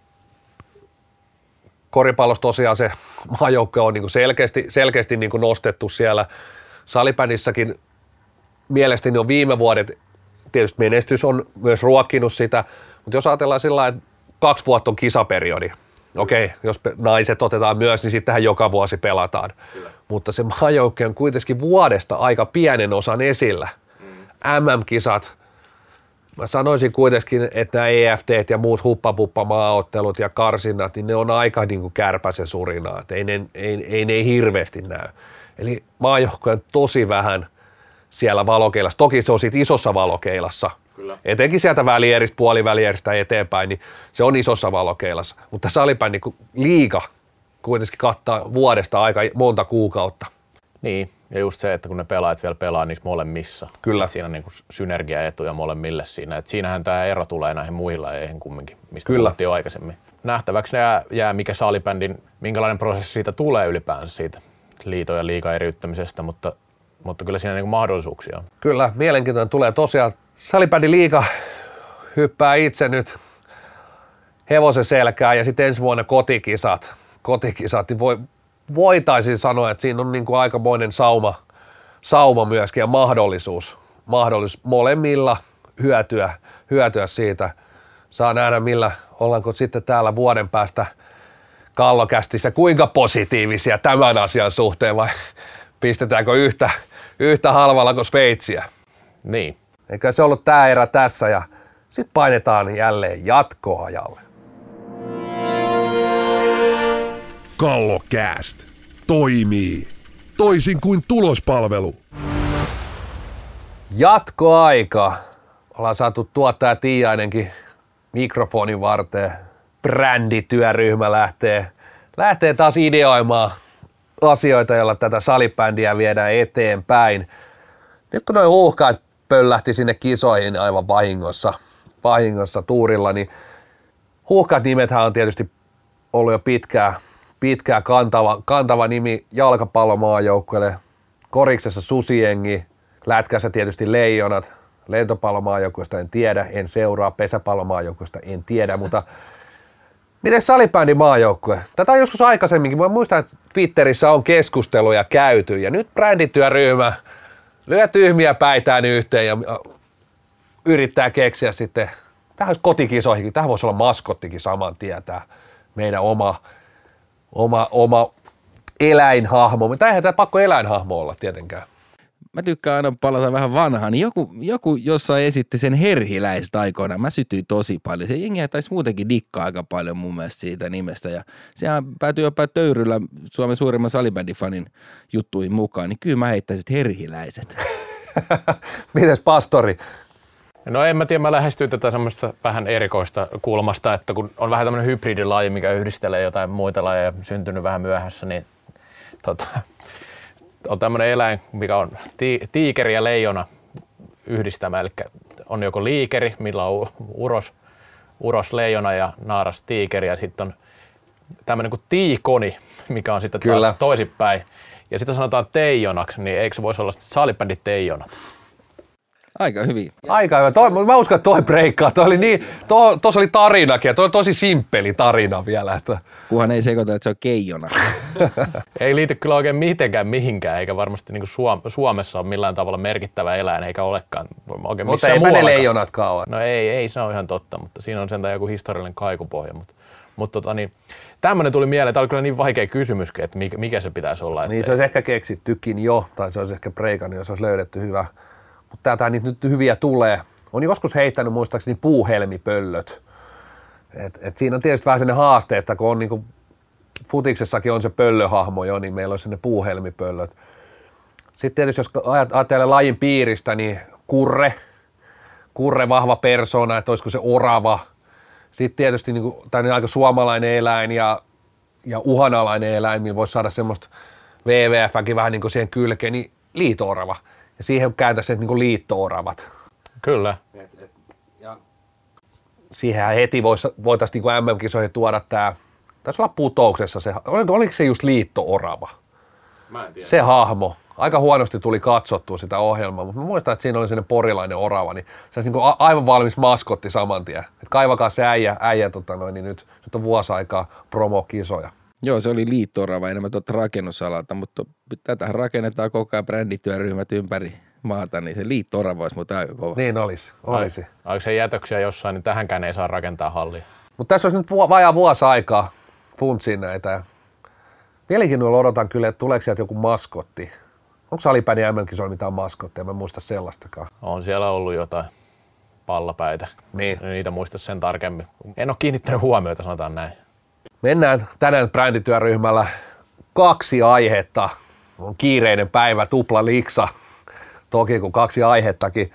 [SPEAKER 2] koripallossa tosiaan se maajoukko on niin selkeästi, selkeästi niin nostettu siellä. Salibändissäkin mielestäni on viime vuodet, tietysti menestys on myös ruokkinut sitä, mutta jos ajatellaan sillä lailla, että kaksi vuotta on kisaperiodi, okei, okay, jos naiset otetaan myös, niin sittenhän joka vuosi pelataan. Kyllä. Mutta se maajoukko on kuitenkin vuodesta aika pienen osan esillä. Mm. M M-kisat, mä sanoisin kuitenkin, että nämä E F T:t ja muut huppapuppa-maaottelut ja karsinnat, niin ne on aika niin kuin kärpäsen surinaa, että ei ne, ei, ei ne hirveästi näy. Eli maajoukko on tosi vähän siellä valokeilassa. Toki se on siitä isossa valokeilassa. Kyllä. Etenkin sieltä välieristä, puolivälieristä eteenpäin, niin se on isossa valokeilassa. Mutta salibändi liiga kuitenkin kattaa vuodesta aika monta kuukautta.
[SPEAKER 3] Niin, ja just se, että kun ne pelaajat vielä pelaa niissä molemmissa.
[SPEAKER 2] Kyllä.
[SPEAKER 3] Että siinä on niin kuin synergiaetuja molemmille siinä. Että siinähän tämä ero tulee näihin muihin lajeihin kumminkin, mistä puhuttiin jo aikaisemmin. Nähtäväksi jää, jää mikä salibändin, minkälainen prosessi siitä tulee ylipäänsä siitä liiton ja liigan eriyttämisestä, mutta Mutta kyllä siinä niinku mahdollisuuksia on.
[SPEAKER 2] Kyllä, mielenkiintoinen tulee tosiaan. Salibändin liiga hyppää itse nyt hevosen selkään ja sitten ensi vuonna kotikisat. Kotikisat, niin voi, voitaisiin sanoa, että siinä on niinku aikamoinen sauma, sauma myöskin ja mahdollisuus, mahdollisuus molemmilla hyötyä, hyötyä siitä. Saa nähdä, millä ollaanko sitten täällä vuoden päästä Kallokästissä kuinka positiivisia tämän asian suhteen vai pistetäänkö yhtä, yhtä halvalla kuin Sveitsiä.
[SPEAKER 3] Niin.
[SPEAKER 2] Eikä se ollut tää erä tässä ja sitten painetaan jälleen jatkoajalle.
[SPEAKER 1] Kallokääst toimii toisin kuin tulospalvelu.
[SPEAKER 2] Jatkoaika. Ollaan saatu tuottaja Tiiainenkin mikrofonin varteen. Brändityöryhmä lähtee, lähtee taas ideoimaan asioita, joilla tätä salibändiä viedään eteenpäin. Nyt kun noi huuhkaat pöllähti sinne kisoihin aivan vahingossa, vahingossa tuurilla, niin huuhkaat nimethän on tietysti ollut jo pitkään, pitkään kantava, kantava nimi jalkapallomaajoukkueelle. Koriksessa susijengi, lätkässä tietysti leijonat, lentopallomaajoukkueesta en tiedä, en seuraa, pesäpallomaajoukkueesta en tiedä, mutta miten salibändin maajoukkue? Tätä on joskus aikaisemminkin. Mä muistan, että Twitterissä on keskusteluja käyty ja nyt brändityöryhmä lyö tyhmiä päitään yhteen ja yrittää keksiä sitten, tähän olisi kotikisoihin, tähän voisi olla maskottikin saman tien, tämä meidän oma, oma, oma eläinhahmo. Mutta eihän tämä pakko eläinhahmo olla tietenkään.
[SPEAKER 4] Mä tykkään aina palata vähän vanhaan. Niin joku, joku jossain esitti sen herhiläiset aikoinaan. Mä sytyin tosi paljon. Se jengiä taisi muutenkin dikkaa aika paljon mun mielestä siitä nimestä. Ja sehän päätyi jopa Töyryllä Suomen suurimman salibändifanin juttuihin mukaan. Niin kyllä mä heittäisin herhiläiset.
[SPEAKER 2] Mites pastori?
[SPEAKER 3] No en mä tiedä, mä lähestyin tätä semmoista vähän erikoista kulmasta, että kun on vähän tämmöinen hybridilaji, mikä yhdistelee jotain muita lajeja, syntynyt vähän myöhässä, niin tota, on tämmöinen eläin, mikä on ti- tiikeri ja leijona yhdistämä, eli on joko liikeri, millä on uros, uros leijona ja naaras tiikeri, ja sitten on tämmöinen kuin tiikoni, mikä on sitten
[SPEAKER 2] Kyllä.
[SPEAKER 3] taas toisinpäin. Ja sitten sanotaan teijonaksi, niin eikö se voisi olla salibändi teijonat?
[SPEAKER 4] Aika hyvin.
[SPEAKER 2] Aika hyvä. Toi, mä uskon, että toi breikkaa. Toi oli niin, to, tossa oli tarinakin ja toi on tosi simppeli tarina vielä. Että.
[SPEAKER 4] Kunhan ei sekoita, että se on keijona.
[SPEAKER 3] Ei liity kyllä oikein mitenkään mihinkään, eikä varmasti niin kuin Suom- Suomessa ole millään tavalla merkittävä eläin, eikä olekaan oikein
[SPEAKER 2] mutta eipä ne leijonatkaan ole.
[SPEAKER 3] No ei, ei, se on ihan totta, mutta siinä on sentään joku historiallinen kaikupohja. Mutta, mutta tota, niin, tämmöinen tuli mieleen, tämä oli kyllä niin vaikea kysymyskin, että mikä, mikä se pitäisi olla.
[SPEAKER 2] Niin se olisi ehkä keksittykin jo, tai se olisi ehkä breikannut, jos olisi löydetty hyvä. Mutta täältä niitä nyt hyviä tulee. On joskus heittänyt muistaakseni puuhelmipöllöt. Et, et siinä on tietysti vähän sellainen haaste, että kun on niinku, futiksessakin on se pöllöhahmo jo, niin meillä on sinne puuhelmipöllöt. Sitten tietysti jos ajattelee lajin piiristä, niin kurre, kurre vahva persona, että olisiko se orava. Sitten tietysti niinku, tämä on aika suomalainen eläin ja, ja uhanalainen eläin, millä voisi saada semmoista W W F:kin vähän niin kuin siihen kylkeen, niin liito-orava. Ja siihen kääntäisi niin kuin liitto-oravat.
[SPEAKER 3] Kyllä.
[SPEAKER 2] Et, et, ja siihen heti vois, voitaisiin niin M M-kisoihin tuoda tämä, taisi olla putouksessa se, oliko, oliko se just liitto-orava?
[SPEAKER 3] Mä en tiedä.
[SPEAKER 2] Se hahmo. Aika huonosti tuli katsottua sitä ohjelmaa, mutta mä muistan, että siinä oli sellainen porilainen orava, niin se olisi niin kuin aivan valmis maskotti saman tien. Et kaivakaa se äijä, äijä tota noin, niin nyt, nyt on vuosi aikaa promokisoja.
[SPEAKER 4] Joo, se oli liitto-orava enemmän tuolta rakennusalalta, mutta tätähän rakennetaan koko ajan brändityöryhmät ympäri maata, niin se liitto-orava olisi muuten aika kova.
[SPEAKER 2] Niin olisi, olisi.
[SPEAKER 3] Ai, oliko se jätöksiä jossain, niin tähänkään ei saa rakentaa hallia.
[SPEAKER 2] Mutta tässä olisi nyt vu- vajaa vuosi aikaa funtsiin näitä. Mielenkiinnolla odotan kyllä, että tuleeko sieltä joku maskotti. Onko salibändi M M-kisoilla mitään maskotteja? Mä en muista sellaistakaan.
[SPEAKER 3] On siellä ollut jotain pallapäitä.
[SPEAKER 2] Niin.
[SPEAKER 3] Niitä muista sen tarkemmin. En ole kiinnittänyt huomiota, sanotaan näin.
[SPEAKER 2] Mennään tänään brändityöryhmällä kaksi aihetta. On kiireinen päivä, tupla liksa. Toki kun kaksi aihettakin.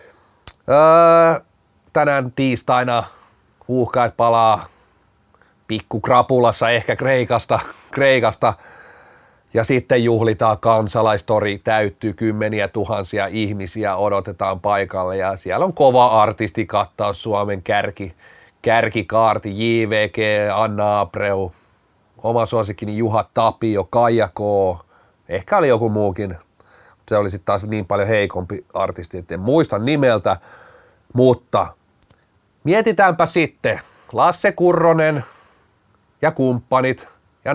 [SPEAKER 2] Öö, tänään tiistaina Huuhkajat palaa pikkukrapulassa ehkä Kreikasta, Kreikasta. Ja sitten juhlitaan kansalaistori, täyttyy kymmeniä tuhansia ihmisiä, odotetaan paikalle ja siellä on kova artistikattaus, Suomen kärki, kärkikaarti, J V G, Anna Abreu, oma suosikkini Juha Tapio, Kaija K, ehkä oli joku muukin, se oli sitten taas niin paljon heikompi artisti, että en muista nimeltä, mutta mietitäänpä sitten Lasse Kurronen ja kumppanit ja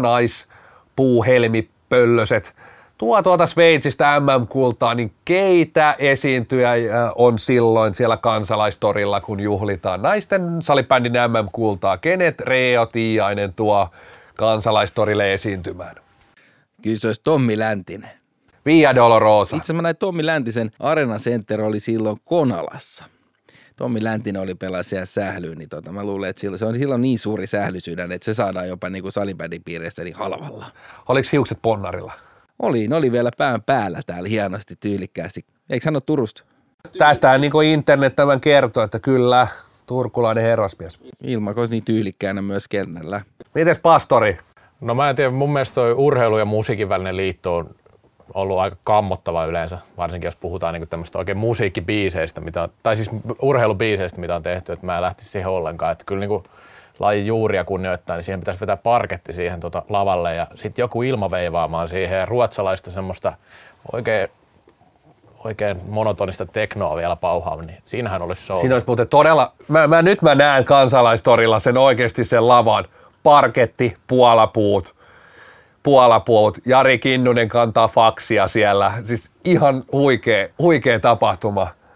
[SPEAKER 2] naispuuhelmipöllöset tuo tuolta Sveitsistä M M-kultaa, niin keitä esiintyjä on silloin siellä kansalaistorilla, kun juhlitaan naisten salibändin M M-kultaa? Kenet Reo Tiainen tuo kansalaistorille esiintymään?
[SPEAKER 4] Kyllä se olisi Tommi Läntinen.
[SPEAKER 2] Via Dolorosa.
[SPEAKER 4] Itse mä näin Tommi Läntisen Arena Center oli silloin Konalassa. Tommi Läntinen oli pelaa siellä sählyyn, niin tota, mä luulen, että silloin, se on silloin niin suuri sählysydän, että se saadaan jopa niin kuin salibändin piirissä niin halvalla.
[SPEAKER 2] Oliko hiukset ponnarilla?
[SPEAKER 4] Oli, ne oli vielä pään päällä täällä hienosti, tyylikkäästi. Eikö sano Turusta?
[SPEAKER 2] Tästähän niin kuin internet tämän kertoo, että kyllä, turkulainen herrasmies.
[SPEAKER 4] Ilmakos niin tyylikkäänä myös kentällä.
[SPEAKER 2] Mites pastori?
[SPEAKER 3] No mä en tiedä, mun mielestä toi urheilu ja musiikin välinen liitto on ollut aika kammottava yleensä, varsinkin jos puhutaan niinku tämmöistä oikein musiikkibiiseistä, mitä on, tai siis urheilubiiseistä, mitä on tehty, että mä en lähtisi siihen ollenkaan. Että kyllä niinku lajin juuria kunnioittaa, niin siihen pitäisi vetää parketti siihen tota lavalle ja sitten joku ilmaveivaamaan siihen ja ruotsalaista semmoista oikein, oikein monotonista teknoa vielä pauhaa, niin siinähän olisi show.
[SPEAKER 2] Siinä olisi muuten todella, mä, mä, nyt mä näen kansalaistorilla sen oikeasti sen lavan, parketti, puolapuut, puolapuut, Jari Kinnunen kantaa faksia siellä, siis ihan huikea, huikea tapahtuma.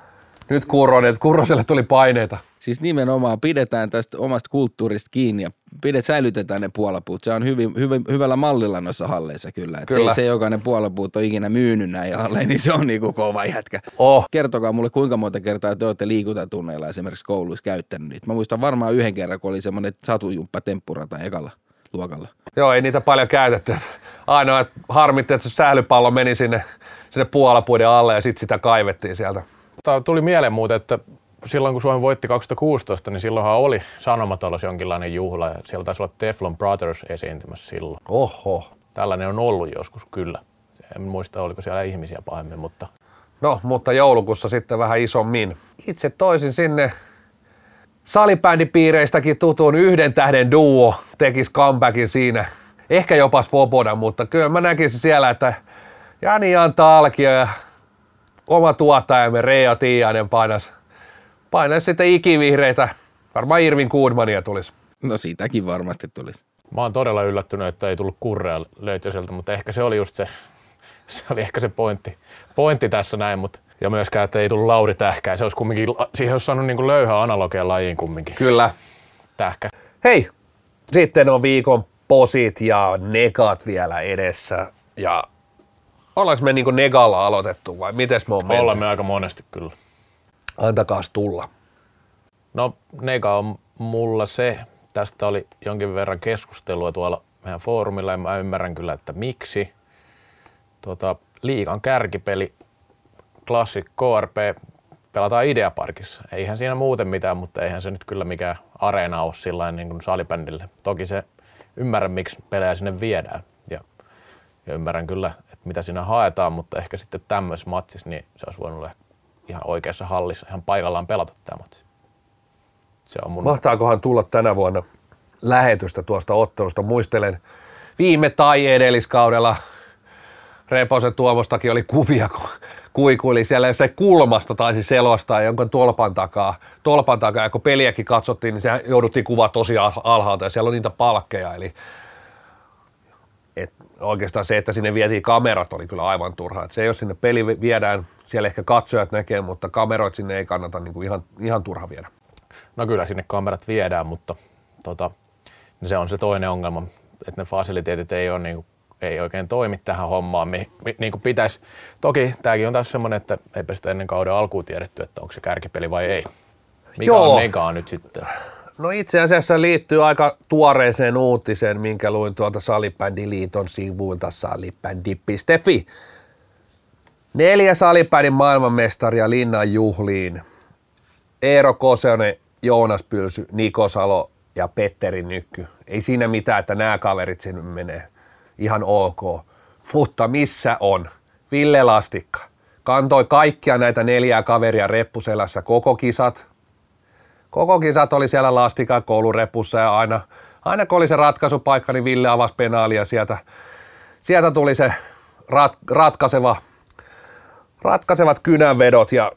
[SPEAKER 2] nyt Kurronen, Kurroselle tuli paineita.
[SPEAKER 4] Siis nimenomaan pidetään tästä omasta kulttuurista kiinni ja pidet, säilytetään ne puolapuut. Se on hyvin, hyvin, hyvällä mallilla noissa halleissa kyllä. Et kyllä. Se, se jokainen puolapuut on ikinä myynyt näin halleen, niin se on niinku kova jätkä.
[SPEAKER 2] Oh.
[SPEAKER 4] Kertokaa mulle, kuinka monta kertaa te olette liikuntatunneilla esimerkiksi kouluissa käyttänyt niitä. Mä muistan varmaan yhden kerran, kun oli semmoinen satujumppa temppurata ekalla luokalla.
[SPEAKER 2] Joo, ei niitä paljon käytetty. Ainoa harmitti, että se sählypallo meni sinne, sinne puolapuiden alle ja sitten sitä kaivettiin sieltä.
[SPEAKER 3] Tämä tuli mieleen muuten, että silloin kun Suomi voitti kaksituhattakuusitoista, niin silloinhan oli Sanomatalossa jonkinlainen juhla ja siellä taisi olla Teflon Brothers esiintymässä silloin.
[SPEAKER 2] Oho.
[SPEAKER 3] Tällainen on ollut joskus kyllä. En muista, oliko siellä ihmisiä pahemmin, mutta...
[SPEAKER 2] No, mutta joulukuussa sitten vähän isommin. Itse toisin sinne salibändipiireistäkin tutun yhden tähden duo tekisi comebackin siinä. Ehkä jopa Svoboda, mutta kyllä mä näkisin siellä, että Jani antaa Alkio ja oma tuottajamme Reija Tiiainen painas, painas sitten ikivihreitä. Varmaan Irvin Goodmania tulisi.
[SPEAKER 4] No siitäkin varmasti tulisi.
[SPEAKER 3] Mä oon todella yllättynyt, että ei tullut Kurrea Löytöseltä, mutta ehkä se oli just se, se oli ehkä se pointti, pointti tässä näin, mutta ja myöskään, että ei tullut Lauri Tähkää. Se olisi kumminkin, siihen olisi saanut niin kuin löyhä analogian lajiin kumminkin.
[SPEAKER 2] Kyllä.
[SPEAKER 3] Tähkä.
[SPEAKER 2] Hei, sitten on viikon posit ja negat vielä edessä. Ja ollaanko me niin kuin negalla aloitettu vai mites me on menty?
[SPEAKER 3] Olemme aika monesti kyllä.
[SPEAKER 2] Antakaas tulla.
[SPEAKER 3] No nega on mulla se, tästä oli jonkin verran keskustelua tuolla meidän foorumilla ja mä ymmärrän kyllä, että miksi. Tota, liigan kärkipeli, Classic K R P, pelataan Ideaparkissa. Eihän siinä muuten mitään, mutta eihän se nyt kyllä mikään areena ole sillain niin kuin salibändille. Toki se ymmärrän, miksi pelejä sinne viedään ja, ja ymmärrän kyllä, että mitä siinä haetaan, mutta ehkä sitten tämmöisessä matsissa niin se olisi voinut olla ihan oikeassa hallissa, ihan paikallaan pelata tämä matsi. Se on mun...
[SPEAKER 2] Mahtaakohan tulla tänä vuonna lähetystä tuosta ottelusta? Muistelen viime tai edelliskaudella Reposen Tuomostakin oli kuvia, kun kuikuili siellä se kulmasta taisi selostaa jonkun tolpan takaa. Tolpan takaa, ja kun peliäkin katsottiin, niin se jouduttiin kuvaa tosi alhaalta ja siellä on niitä palkkeja. Eli et oikeastaan se, että sinne vietiin kamerat, oli kyllä aivan turhaa. Et se, jos sinne peli viedään, siellä ehkä katsojat näkee, mutta kameroit sinne ei kannata niin kuin ihan, ihan turha viedä.
[SPEAKER 3] No kyllä sinne kamerat viedään, mutta tota, se on se toinen ongelma, että ne fasiliteetit ei ole niin kuin ei oikein toimi tähän hommaan, mi, mi, niin kuin pitäisi. Toki tämäkin on taas semmoinen, että eipä sitä ennen kauden alkuun tiedetty, että onko se kärkipeli vai ei. Mikä Joo. on negaa nyt sitten?
[SPEAKER 2] No itse asiassa liittyy aika tuoreeseen uutiseen, minkä luin tuolta Salibändiliiton sivuilta salibändi piste fi. Neljä salibändin maailmanmestaria Linnan juhliin. Eero Kosonen, Joonas Pylsy, Niko Salo ja Petteri Nykky. Ei siinä mitään, että nämä kaverit sinne menee. Ihan ok. Mutta missä on Ville Lastikka? Kantoi kaikkia näitä neljää kaveria reppuselässä koko kisat. Koko kisat oli siellä Lastikan koulurepussa ja aina, aina kun oli se ratkaisupaikka, niin Ville avasi penaalia sieltä. Sieltä tuli se rat, ratkaiseva, ratkaisevat kynänvedot ja,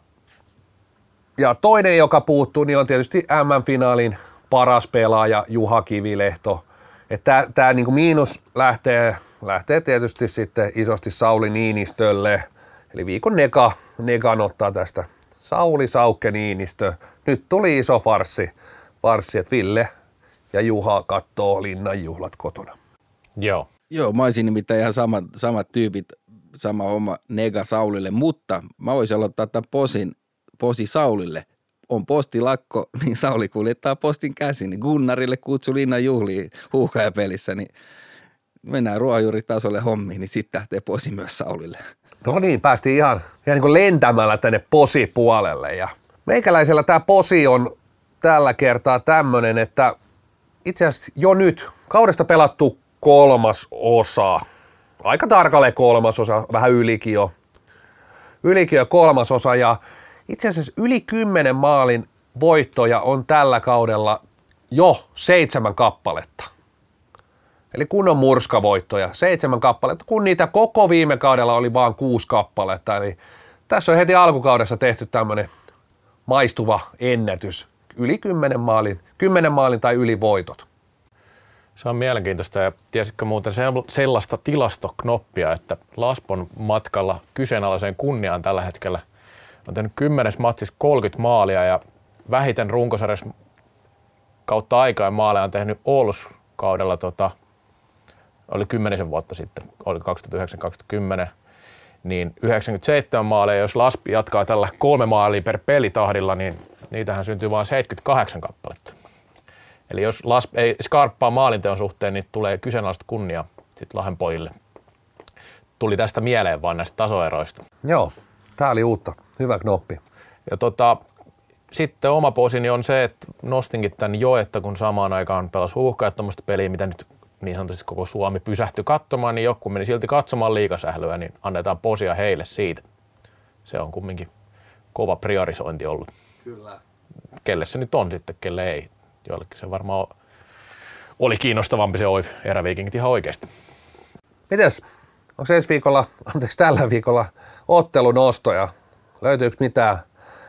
[SPEAKER 2] ja toinen, joka puuttuu, niin on tietysti M M-finaalin paras pelaaja Juha Kivilehto. Että tämä niinku miinus lähtee, lähtee tietysti sitten isosti Sauli Niinistölle, eli viikon nega, negan ottaa tästä Sauli Saukke Niinistö. Nyt tuli iso farssi, farssi että Ville ja Juha kattoo Linnan juhlat kotona.
[SPEAKER 3] Joo.
[SPEAKER 4] Joo, mä olisin nimittäin ihan samat, samat tyypit, sama oma nega Saulille, mutta mä voisin aloittaa tämän posin, posi Saulille. On postilakko, niin Sauli kuljettaa postin käsin. Gunnarille kutsu Linnan juhliin huuhkajapelissä, niin mennään ruohonjuuritasolle hommiin, niin sitten lähtee posi myös Saulille.
[SPEAKER 2] No niin, päästiin ihan, ihan niin kuin lentämällä tänne posi-puolelle. Ja meikäläisellä tämä posi on tällä kertaa tämmöinen, että itse asiassa jo nyt kaudesta pelattu kolmas osa, aika tarkalleen kolmas osa, vähän ylikin jo, ylikin jo kolmas osa ja itse asiassa yli kymmenen maalin voittoja on tällä kaudella jo seitsemän kappaletta. Eli kunnon murskavoittoja, seitsemän kappaletta, kun niitä koko viime kaudella oli vain kuusi kappaletta. Eli tässä on heti alkukaudessa tehty tämmöinen maistuva ennätys, yli kymmenen maalin, kymmenen maalin tai yli voitot.
[SPEAKER 3] Se on mielenkiintoista ja tiesitkö muuten sellaista tilastoknoppia, että Laspon matkalla kyseenalaiseen kunniaan tällä hetkellä on tehnyt kymmenes matsissa kolmekymmentä maalia ja vähiten runkosarjassa kautta aikaa maaleja on tehnyt Oulus kaudella, tota, oli kymmenisen vuotta sitten, oli kaksituhattayhdeksän kaksituhattakymmenen, niin yhdeksänkymmentäseitsemän maalia, jos Laspi jatkaa tällä kolme maalia per pelitahdilla, niin niitähän syntyy vain seitsemänkymmentäkahdeksan kappaletta. Eli jos Laspi ei skarppaa maalinteon suhteen, niin tulee kyseenalaista kunnia sitten Lahden pojille. Tuli tästä mieleen vaan näistä tasoeroista.
[SPEAKER 2] Joo, tää oli uutta. Hyvä knoppi.
[SPEAKER 3] Ja tota, sitten oma posini on se, että nostinkin tämän jo, että kun samaan aikaan pelasi Huuhkajat tuommoista peliä, mitä nyt niin sanotusti koko Suomi pysähtyi katsomaan, niin joku meni silti katsomaan liigasählyä, niin annetaan posia heille siitä. Se on kumminkin kova priorisointi ollut. Kyllä. Kelle se nyt on sitten, kelle ei. Joillekin se varmaan oli kiinnostavampi se O I F-eräviikingit ihan oikeasti.
[SPEAKER 2] Mites? Onko ensi viikolla, anteeksi tällä viikolla ottelunostoja? Löytyykö mitään,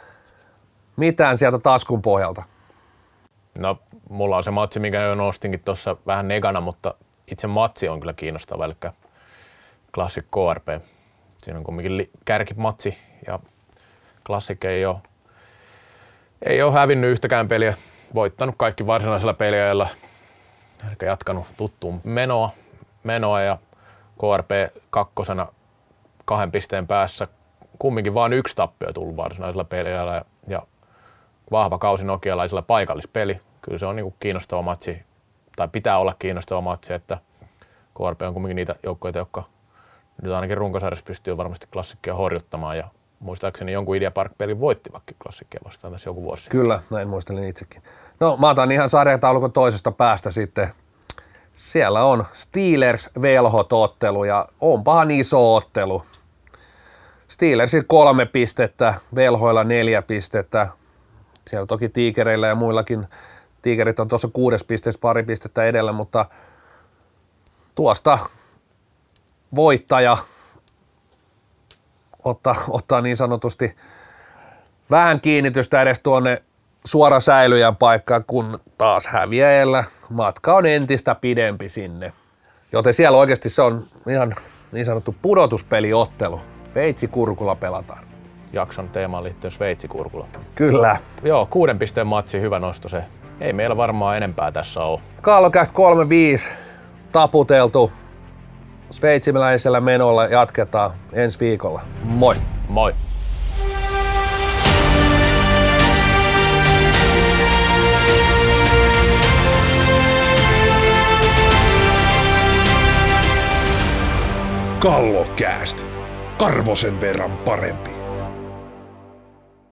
[SPEAKER 2] mitään sieltä taskun pohjalta?
[SPEAKER 3] No, mulla on se matsi, minkä jo nostinkin tuossa vähän negana, mutta itse matsi on kyllä kiinnostava, eli Classic K R P. Siinä on kumminkin kärkimatsi ja Classic ei ole, ei ole hävinnyt yhtäkään peliä, voittanut kaikki varsinaisella peliajalla, eli jatkanut tuttuun menoa, menoa ja K R P kakkosena kahden pisteen päässä. Kumminkin vain yksi tappio tullut varsinaisella peliajalla ja, ja vahva kausi nokialaisilla paikallispeli. Kyllä se on niin kuin kiinnostava matsi, tai pitää olla kiinnostava matsi, että K R P on kumminkin niitä joukkoja, jotka nyt ainakin runkosarjassa pystyy varmasti Klassikkia horjuttamaan. Ja muistaakseni jonkun Idea Park-pelin voittivatkin Klassikkia vastaan tässä joku vuosi.
[SPEAKER 2] Kyllä, näin muistelin itsekin. No mä otan ihan sarjataulukon toisesta päästä sitten. Siellä on Steelers-Velhot-ottelu ja onpahan iso ottelu. Steelersin kolme pistettä, Velhoilla neljä pistettä. Siellä toki Tiikereillä ja muillakin. Tiikerit on tuossa kuudes pisteessä pari pistettä edellä, mutta tuosta voittaja ottaa, ottaa niin sanotusti vähän kiinnitystä edes tuonne suora säilyjän paikkaan, kun taas häviäjällä matka on entistä pidempi sinne. Joten siellä oikeasti se on ihan niin sanottu pudotuspeliottelu. Veitsikurkulla pelataan.
[SPEAKER 3] Jakson teemaan liittyen Sveitsikurkulla.
[SPEAKER 2] Kyllä.
[SPEAKER 3] Joo, kuuden pisteen matsi, hyvä nosto se. Ei meillä varmaan enempää tässä ole.
[SPEAKER 2] Kallokästä kolme viisi taputeltu. Sveitsiläisellä menolla jatketaan ensi viikolla. Moi!
[SPEAKER 3] Moi!
[SPEAKER 1] Kallokääst. Karvosen verran parempi.